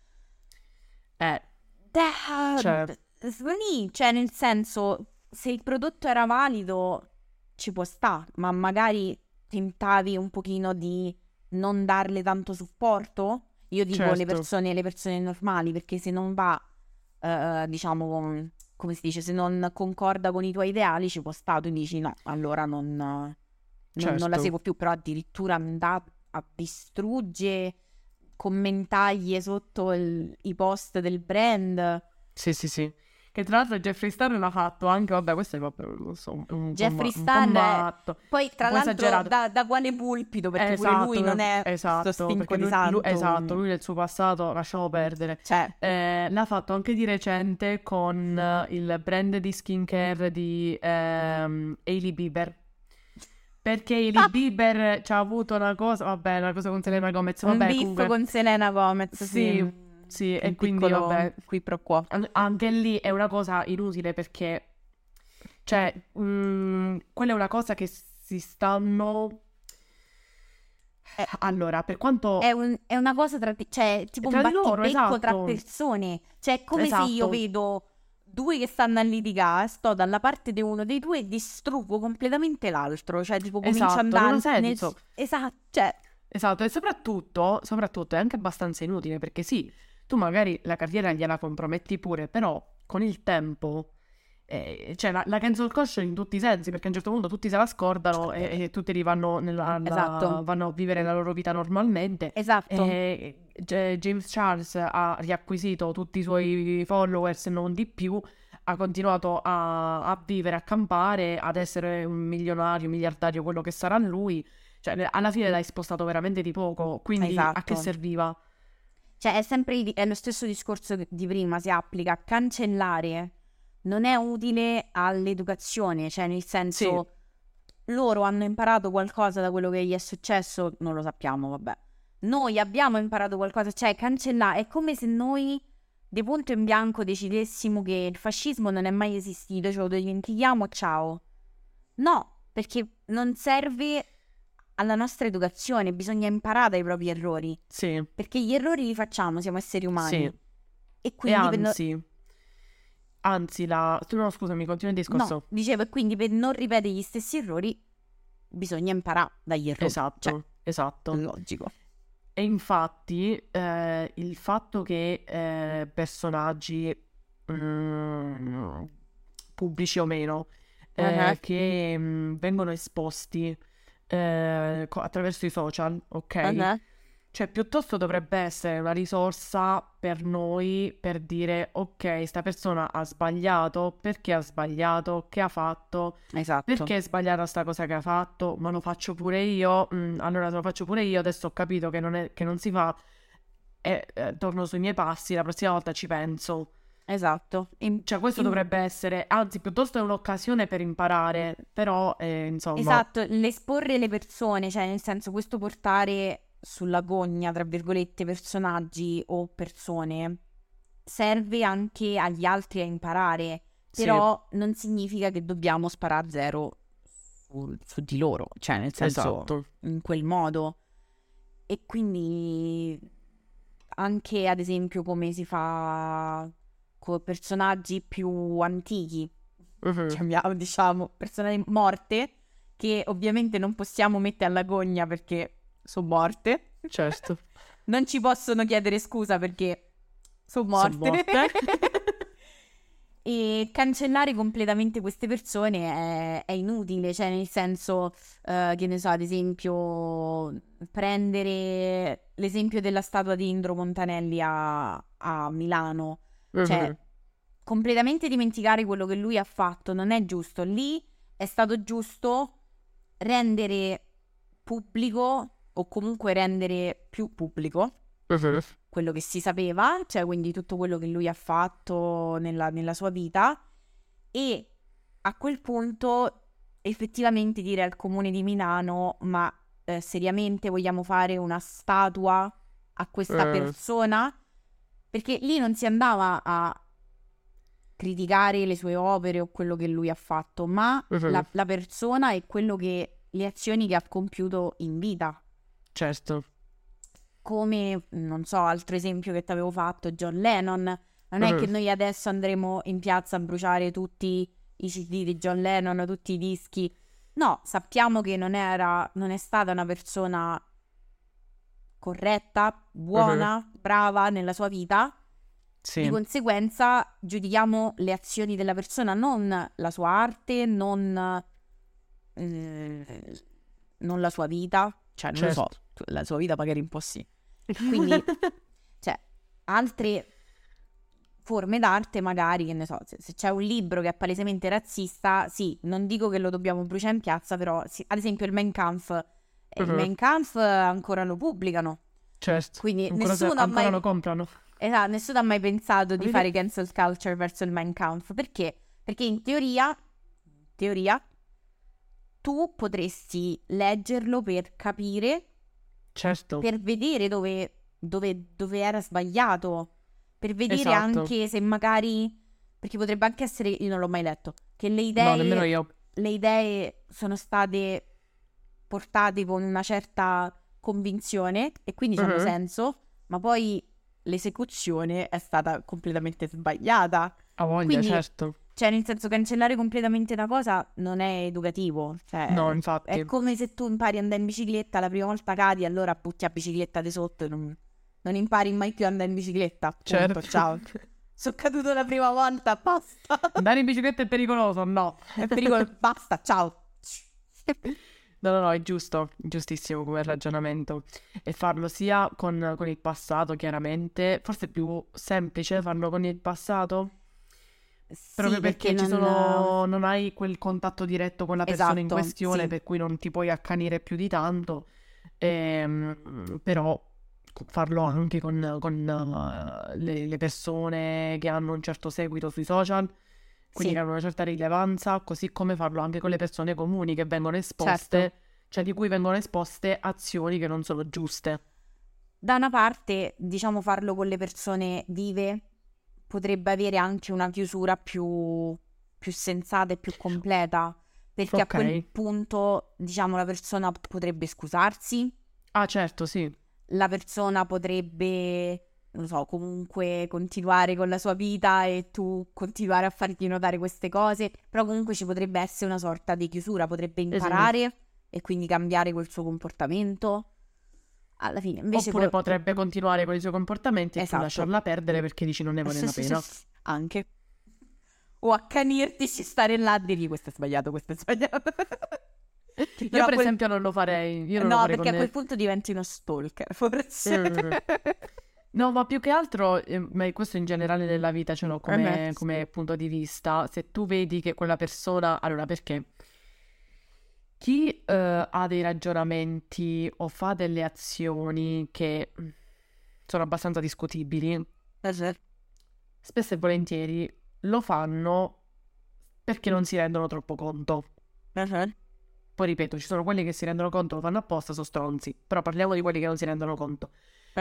S1: Cioè nel senso, se il prodotto era valido ci può stare, ma magari tentavi un pochino di non darle tanto supporto. Io dico le persone normali, perché se non va diciamo, come si dice, se non concorda con i tuoi ideali ci può stare, tu dici no, allora non la seguo più, però addirittura andare a distruggere, commentargli sotto i post del brand.
S2: Sì. Che tra l'altro Jeffree Star l'ha fatto anche, vabbè, questo è proprio, non so,
S1: Jeffree Star poi tra l'altro da quale pulpito, perché pure lui non è sto stinco di santo.
S2: Lui nel suo passato lasciamo perdere. L'ha fatto anche di recente con il brand di skincare di Hailey Bieber. Perché Hailey Bieber ci ha avuto una cosa con Selena Gomez.
S1: Un beef con Selena Gomez,
S2: sì, e quindi vabbè,
S1: qui pro quo.
S2: Anche lì è una cosa inutile perché, cioè, quella è una cosa che si stanno... allora, per quanto...
S1: È una cosa cioè, tipo un battibecco tra persone. Cioè, è come se io vedo due che stanno a litigare, sto dalla parte di uno dei due e distruggo completamente l'altro. Cioè, tipo, comincio ad andare...
S2: non ha senso.
S1: Esatto, cioè...
S2: Esatto, e soprattutto è anche abbastanza inutile perché sì, tu magari la carriera gliela comprometti pure, però con il tempo, cioè la cancel culture in tutti i sensi, perché a un certo punto tutti se la scordano e tutti vanno vanno a vivere la loro vita normalmente.
S1: Esatto.
S2: James Charles ha riacquisito tutti i suoi followers, non di più, ha continuato a vivere, a campare, ad essere un milionario, miliardario, quello che sarà lui. Cioè, alla fine l'hai spostato veramente di poco, quindi a che
S1: Esatto.
S2: serviva?
S1: Cioè, è sempre è lo stesso discorso di prima, si applica. Cancellare non è utile all'educazione, cioè nel senso loro hanno imparato qualcosa da quello che gli è successo, non lo sappiamo, vabbè. Noi abbiamo imparato qualcosa, cioè cancellare, è come se noi di punto in bianco decidessimo che il fascismo non è mai esistito, ce lo dimentichiamo, ciao. No, perché non serve alla nostra educazione, bisogna imparare dai propri errori,
S2: Sì,
S1: perché gli errori li facciamo, siamo esseri umani.
S2: sì.
S1: E
S2: E
S1: quindi
S2: anzi, no, scusami, continua il discorso.
S1: no, dicevo, e quindi per non ripetere gli stessi errori bisogna imparare dagli errori.
S2: Esatto,
S1: Cioè,
S2: esatto.
S1: logico.
S2: E infatti il fatto che personaggi pubblici o meno che vengono esposti attraverso i social, ok? Cioè, piuttosto dovrebbe essere una risorsa per noi per dire, ok, sta persona ha sbagliato, perché ha sbagliato, che ha fatto,
S1: Esatto.
S2: perché è sbagliata sta cosa che ha fatto, ma lo faccio pure io, allora se lo faccio pure io, adesso ho capito che non si fa, e torno sui miei passi, la prossima volta ci penso.
S1: Esatto.
S2: Cioè, questo dovrebbe essere, anzi, piuttosto è un'occasione per imparare, però, insomma...
S1: Esatto, l'esporre le persone, cioè nel senso questo portare sulla gogna, tra virgolette, personaggi o persone, serve anche agli altri a imparare,
S2: Sì.
S1: però non significa che dobbiamo sparare a zero su di loro, cioè nel senso
S2: Esatto.
S1: in quel modo. E quindi anche ad esempio come si fa con personaggi più antichi, diciamo, persone morte che ovviamente non possiamo mettere alla gogna perché sono morte.
S2: Certo.
S1: Non ci possono chiedere scusa perché sono
S2: Son
S1: morte.
S2: morte.
S1: E cancellare completamente queste persone è inutile, cioè nel senso, che ne so, ad esempio, prendere l'esempio della statua di Indro Montanelli a Milano, cioè completamente dimenticare quello che lui ha fatto non è giusto. Lì è stato giusto rendere pubblico o comunque rendere più pubblico quello che si sapeva, cioè quindi tutto quello che lui ha fatto nella sua vita, e a quel punto effettivamente dire al comune di Milano, ma seriamente vogliamo fare una statua a questa persona? Perché lì non si andava a criticare le sue opere o quello che lui ha fatto, ma la persona e le azioni che ha compiuto in vita.
S2: Certo.
S1: Come, non so, altro esempio che ti avevo fatto, John Lennon. Non è che noi adesso andremo in piazza a bruciare tutti i CD di John Lennon, tutti i dischi. No, sappiamo che non è stata una persona corretta, buona, brava nella sua vita.
S2: Sì.
S1: Di conseguenza giudichiamo le azioni della persona, non la sua arte, non la sua vita. Cioè, non lo so, la sua vita magari un po' sì. Quindi, cioè, altre forme d'arte magari, che ne so, se c'è un libro che è palesemente razzista, sì, non dico che lo dobbiamo bruciare in piazza, però sì, ad esempio il Mein Kampf, il Mein Kampf ancora lo pubblicano.
S2: Certo.
S1: Quindi
S2: Ancora lo comprano.
S1: Esatto, nessuno ha mai pensato di fare cancel culture verso il Mein Kampf. Perché? Perché in teoria, tu potresti leggerlo per capire, per vedere dove era sbagliato, per vedere anche se magari, perché potrebbe anche essere, io non l'ho mai letto, che
S2: nemmeno io.
S1: Le idee sono state portate con una certa convinzione e quindi hanno senso, ma poi l'esecuzione è stata completamente sbagliata.
S2: A voglia,
S1: quindi,
S2: certo.
S1: Cioè, nel senso, cancellare completamente una cosa non è educativo. Cioè,
S2: no, infatti.
S1: È come se tu impari a andare in bicicletta, la prima volta cadi, allora butti la bicicletta di sotto e non impari mai più a andare in bicicletta. Punto,
S2: certo.
S1: Ciao. Sono caduto la prima volta, basta.
S2: Andare in bicicletta è pericoloso, no.
S1: È pericoloso, basta, ciao.
S2: No, è giustissimo come ragionamento. E farlo sia con il passato, chiaramente. Forse è più semplice farlo con il passato. proprio
S1: Sì,
S2: perché
S1: perché non...
S2: non hai quel contatto diretto con la persona in
S1: Esatto,
S2: questione,
S1: sì,
S2: per cui non ti puoi accanire più di tanto. Però farlo anche con le persone che hanno un certo seguito sui social, quindi che
S1: sì,
S2: hanno una certa rilevanza, così come farlo anche con le persone comuni che vengono
S1: certo.
S2: esposte, cioè di cui vengono esposte azioni che non sono giuste.
S1: Da una parte, diciamo, farlo con le persone vive potrebbe avere anche una chiusura più sensata e più completa, perché a
S2: Ok.
S1: quel punto, diciamo, la persona potrebbe scusarsi,
S2: Ah, certo, sì.
S1: la persona potrebbe, non lo so, comunque continuare con la sua vita e tu continuare a farti notare queste cose, però comunque ci potrebbe essere una sorta di chiusura, potrebbe
S2: Esatto.
S1: imparare e quindi cambiare quel suo comportamento. Alla fine, invece,
S2: Oppure potrebbe continuare con i suoi comportamenti e tu
S1: esatto,
S2: lasciarla perdere perché dici non ne vale la pena.
S1: anche. O accanirti, stare là e dirgli questo è sbagliato, questo è sbagliato. Che
S2: Io
S1: però
S2: per esempio non lo farei, io non lo
S1: no,
S2: farei con
S1: perché a quel
S2: ne...
S1: punto diventi uno stalker, forse.
S2: Mm. No, ma più che altro, ma questo in generale nella vita ce l'ho
S1: Ahimè.
S2: come punto di vista, se tu vedi che quella persona... Allora, perché chi ha dei ragionamenti o fa delle azioni che sono abbastanza discutibili, spesso e volentieri lo fanno perché non si rendono troppo conto. Poi ripeto, ci sono quelli che si rendono conto, lo fanno apposta, sono stronzi, però parliamo di quelli che non si rendono conto.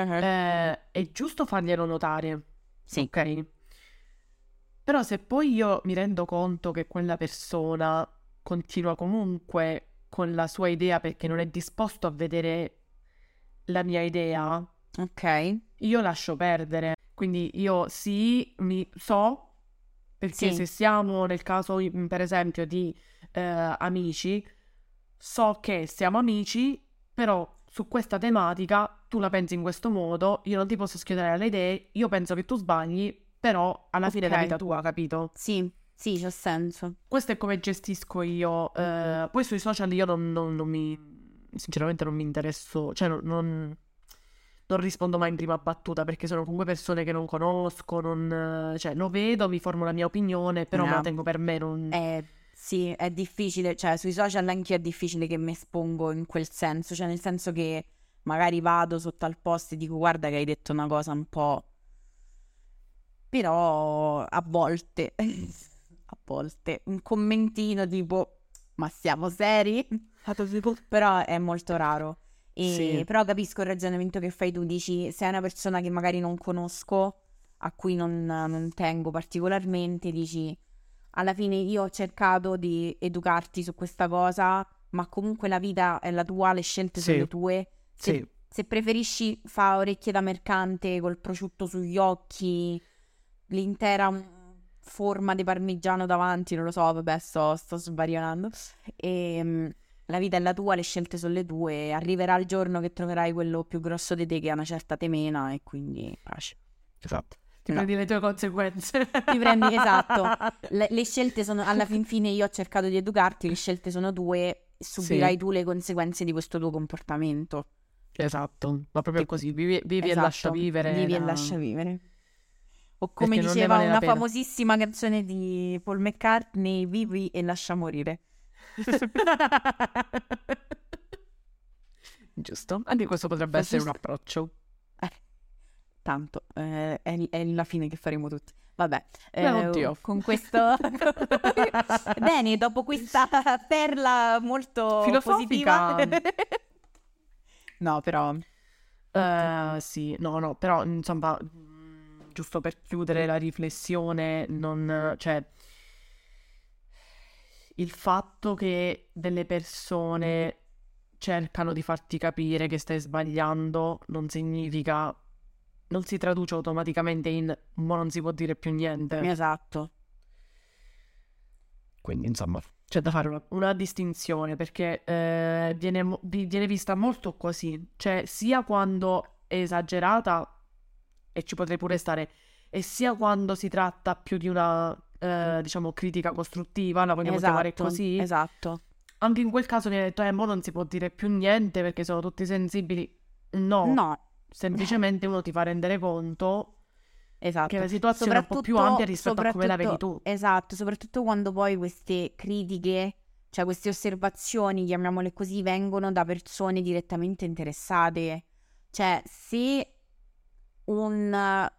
S2: È giusto farglielo notare,
S1: Sì,
S2: ok? Però se poi io mi rendo conto che quella persona continua comunque con la sua idea perché non è disposto a vedere la mia idea,
S1: ok.
S2: io lascio perdere. Quindi io sì, mi so, perché
S1: Sì,
S2: se siamo nel caso, per esempio, di amici, so che siamo amici, però su questa tematica tu la pensi in questo modo, io non ti posso schierare le idee, io penso che tu sbagli, però alla fine è la
S1: ok.
S2: vita tua, capito?
S1: Sì, sì, c'ha senso.
S2: Questo è come gestisco io. Poi sui social io non mi... Sinceramente non mi interesso, cioè non rispondo mai in prima battuta perché sono comunque persone che non conosco, cioè lo vedo, mi formo la mia opinione, però me la
S1: No.
S2: tengo per me, non...
S1: Sì, è difficile, cioè sui social anche è difficile che mi espongo in quel senso, cioè nel senso che magari vado sotto al post e dico guarda che hai detto una cosa un po', però a volte, a volte, un commentino tipo ma siamo seri? Però è molto raro.
S2: Sì,
S1: Però capisco il ragionamento che fai tu, dici se è una persona che magari non conosco, a cui non tengo particolarmente, dici alla fine io ho cercato di educarti su questa cosa, ma comunque la vita è la tua, le scelte sono
S2: sì,
S1: le tue.
S2: sì.
S1: Se preferisci fa orecchie da mercante col prosciutto sugli occhi, l'intera forma di parmigiano davanti, non lo so, vabbè, sto svarionando. La vita è la tua, le scelte sono le tue. Arriverà il giorno che troverai quello più grosso di te che ha una certa temena e quindi pace.
S2: Esatto. Ti
S1: No.
S2: prendi le tue conseguenze.
S1: Ti prendi, esatto. Le scelte sono, alla fin fine io ho cercato di educarti, le scelte sono tue, e
S2: Sì,
S1: subirai tu le conseguenze di questo tuo comportamento.
S2: esatto, ma proprio
S1: Che-
S2: così, vivi e lascia
S1: esatto,
S2: vivere,
S1: vivi e lascia vivere. O come
S2: perché non ne
S1: diceva
S2: vale la
S1: una
S2: pena.
S1: famosissima canzone di Paul McCartney, vivi e lascia morire.
S2: Giusto? Anche questo potrebbe essere un approccio.
S1: Eh, tanto, è la fine che faremo tutti. Vabbè,
S2: Oddio.
S1: con questo... Bene, dopo questa perla molto positiva...
S2: Filosofica.
S1: No, però...
S2: Sì, no, però insomma, giusto per chiudere la riflessione, non, cioè, il fatto che delle persone cercano di farti capire che stai sbagliando non significa, non si traduce automaticamente in ma non si può dire più niente.
S1: Esatto.
S2: Quindi, insomma, c'è da fare una distinzione perché viene vista molto così, cioè sia quando è esagerata, e ci potrei pure stare, e sia quando si tratta più di una, diciamo, critica costruttiva, la vogliamo chiamare
S1: Esatto,
S2: così.
S1: esatto.
S2: Anche in quel caso mi ha detto, mo non si può dire più niente perché sono tutti sensibili. No,
S1: No,
S2: semplicemente uno ti fa rendere conto Che la
S1: esatto.
S2: situazione è un po' più ampia rispetto a come la vedi tu.
S1: Esatto, soprattutto quando poi queste critiche, cioè queste osservazioni, chiamiamole così, vengono da persone direttamente interessate. Cioè, se un,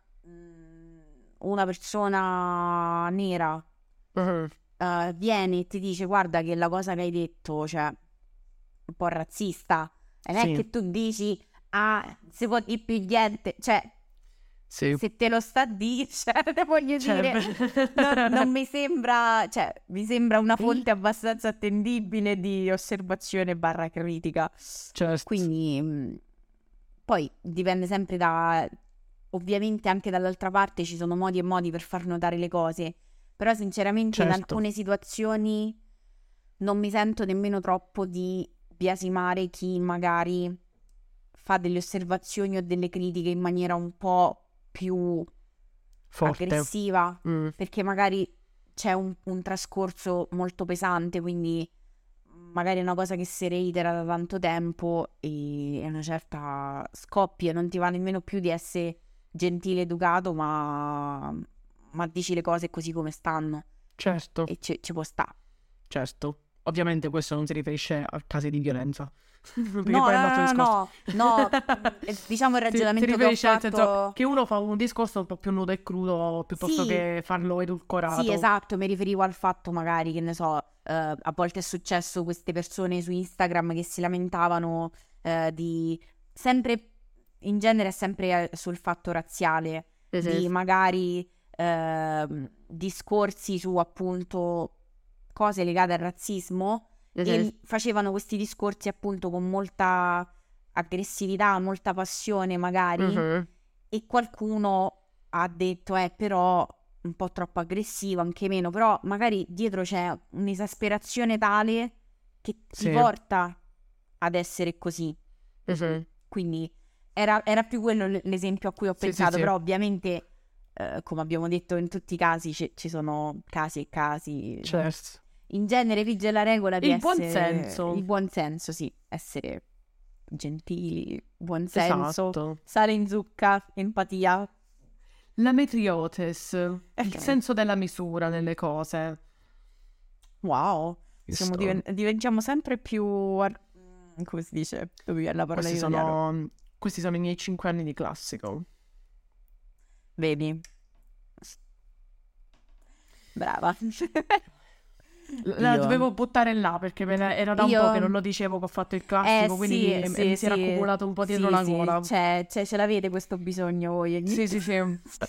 S1: una persona nera
S2: Mhm.
S1: viene e ti dice guarda che la cosa che hai detto, cioè, un po' razzista, e non è
S2: Sì,
S1: che tu dici, ah, si può dire più niente, cioè,
S2: sì.
S1: se te lo sta a dire, cioè, voglio
S2: Cioè,
S1: dire, non mi sembra, cioè, mi sembra una fonte abbastanza attendibile di osservazione barra critica.
S2: certo,
S1: Quindi, poi dipende sempre da, ovviamente anche dall'altra parte ci sono modi e modi per far notare le cose, però sinceramente in
S2: certo,
S1: alcune situazioni non mi sento nemmeno troppo di biasimare chi magari fa delle osservazioni o delle critiche in maniera un po' più
S2: forte.
S1: aggressiva,
S2: Mm,
S1: perché magari c'è un trascorso molto pesante, quindi magari è una cosa che si reitera da tanto tempo e una certa scoppia, non ti va nemmeno più di essere gentile, educato, ma dici le cose così come stanno
S2: certo,
S1: e ci può stare.
S2: certo. Ovviamente questo non si riferisce a casi di violenza. Perché
S1: No,
S2: poi è un
S1: no,
S2: altro
S1: no,
S2: discorso.
S1: no, no, diciamo il
S2: Si
S1: ragionamento che ho
S2: riferisce nel senso
S1: fatto.
S2: che uno fa un discorso un po' più nudo e crudo piuttosto
S1: Sì,
S2: che farlo
S1: sì,
S2: edulcorato.
S1: esatto, mi riferivo al fatto magari che ne so, a volte è successo queste persone su Instagram che si lamentavano di sempre, in genere è sempre sul fatto razziale, di
S2: Mhm,
S1: magari discorsi su appunto cose legate al razzismo
S2: mhm,
S1: e facevano questi discorsi appunto con molta aggressività, molta passione magari
S2: mhm.
S1: e qualcuno ha detto però un po' troppo aggressivo, anche meno, però magari dietro c'è un'esasperazione tale che ti
S2: Sì,
S1: porta ad essere così.
S2: mhm.
S1: Quindi era più quello l'esempio a cui ho
S2: Sì, sì,
S1: pensato,
S2: sì,
S1: però ovviamente, come abbiamo detto in tutti i casi, ci sono casi e casi.
S2: certo.
S1: In genere vige la regola di
S2: Il buon
S1: essere
S2: senso,
S1: il buon senso, sì, essere gentili, buon senso,
S2: esatto.
S1: sale in zucca, empatia.
S2: La metriotes, il senso della misura nelle cose.
S1: Wow,
S2: Questo.
S1: diventiamo sempre più, come si dice? Dove viene la parola in italiano?
S2: Questi sono i miei 5 anni di classico.
S1: Vedi, brava.
S2: La
S1: Io,
S2: dovevo buttare là perché era da un po' che non
S1: io,
S2: lo dicevo che ho fatto il classico, quindi
S1: sì,
S2: mi
S1: sì,
S2: si era
S1: sì,
S2: accumulato un po' dietro
S1: sì,
S2: la
S1: sì,
S2: gola.
S1: ce l'avete questo bisogno voi ogni
S2: Sì, sì, sì.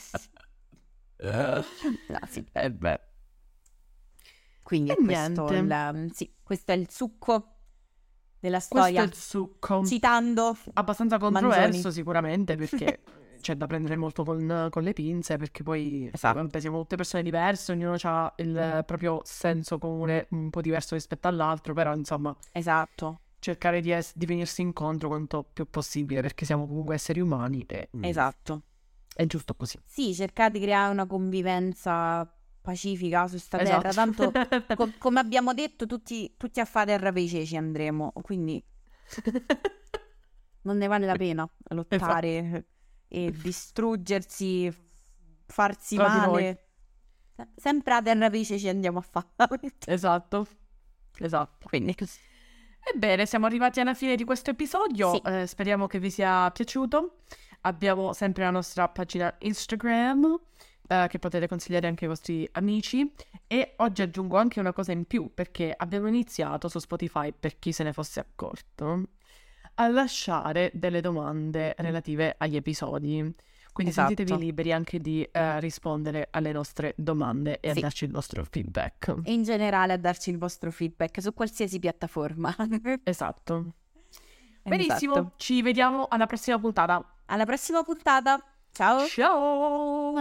S1: No, sì.
S2: Beh.
S1: Quindi
S2: E
S1: è questo
S2: niente,
S1: sì, questo è il succo della
S2: questo è
S1: storia.
S2: il succo.
S1: Citando
S2: Abbastanza
S1: Manzoni.
S2: controverso sicuramente perché c'è da prendere molto con le pinze perché poi
S1: Esatto,
S2: vabbè, siamo tutte persone diverse, ognuno ha il proprio senso comune un po' diverso rispetto all'altro, però insomma
S1: esatto,
S2: cercare di venirsi incontro quanto più possibile perché siamo comunque esseri umani e
S1: esatto.
S2: è giusto così.
S1: Sì, cercate di creare una convivenza pacifica su sta terra,
S2: Esatto.
S1: tanto come abbiamo detto tutti a fare terra per i ceci andremo, quindi non ne vale la pena
S2: Esatto.
S1: lottare e distruggersi, farsi
S2: Tra di noi.
S1: male. Sempre a terra per i ceci andiamo a fare.
S2: Esatto. Esatto.
S1: Quindi,
S2: Ebbene, siamo arrivati alla fine di questo episodio.
S1: sì,
S2: Speriamo che vi sia piaciuto. Abbiamo sempre la nostra pagina Instagram, che potete consigliare anche ai vostri amici. E oggi aggiungo anche una cosa in più, perché abbiamo iniziato su Spotify, per chi se ne fosse accorto, a lasciare delle domande relative agli episodi. Quindi sentitevi
S1: esatto.
S2: liberi anche di rispondere alle nostre domande e a
S1: Sì.
S2: darci il vostro feedback.
S1: E in generale a darci il vostro feedback su qualsiasi piattaforma.
S2: Esatto.
S1: Esatto.
S2: Benissimo, ci vediamo alla prossima puntata.
S1: Alla prossima puntata. Ciao.
S2: Ciao!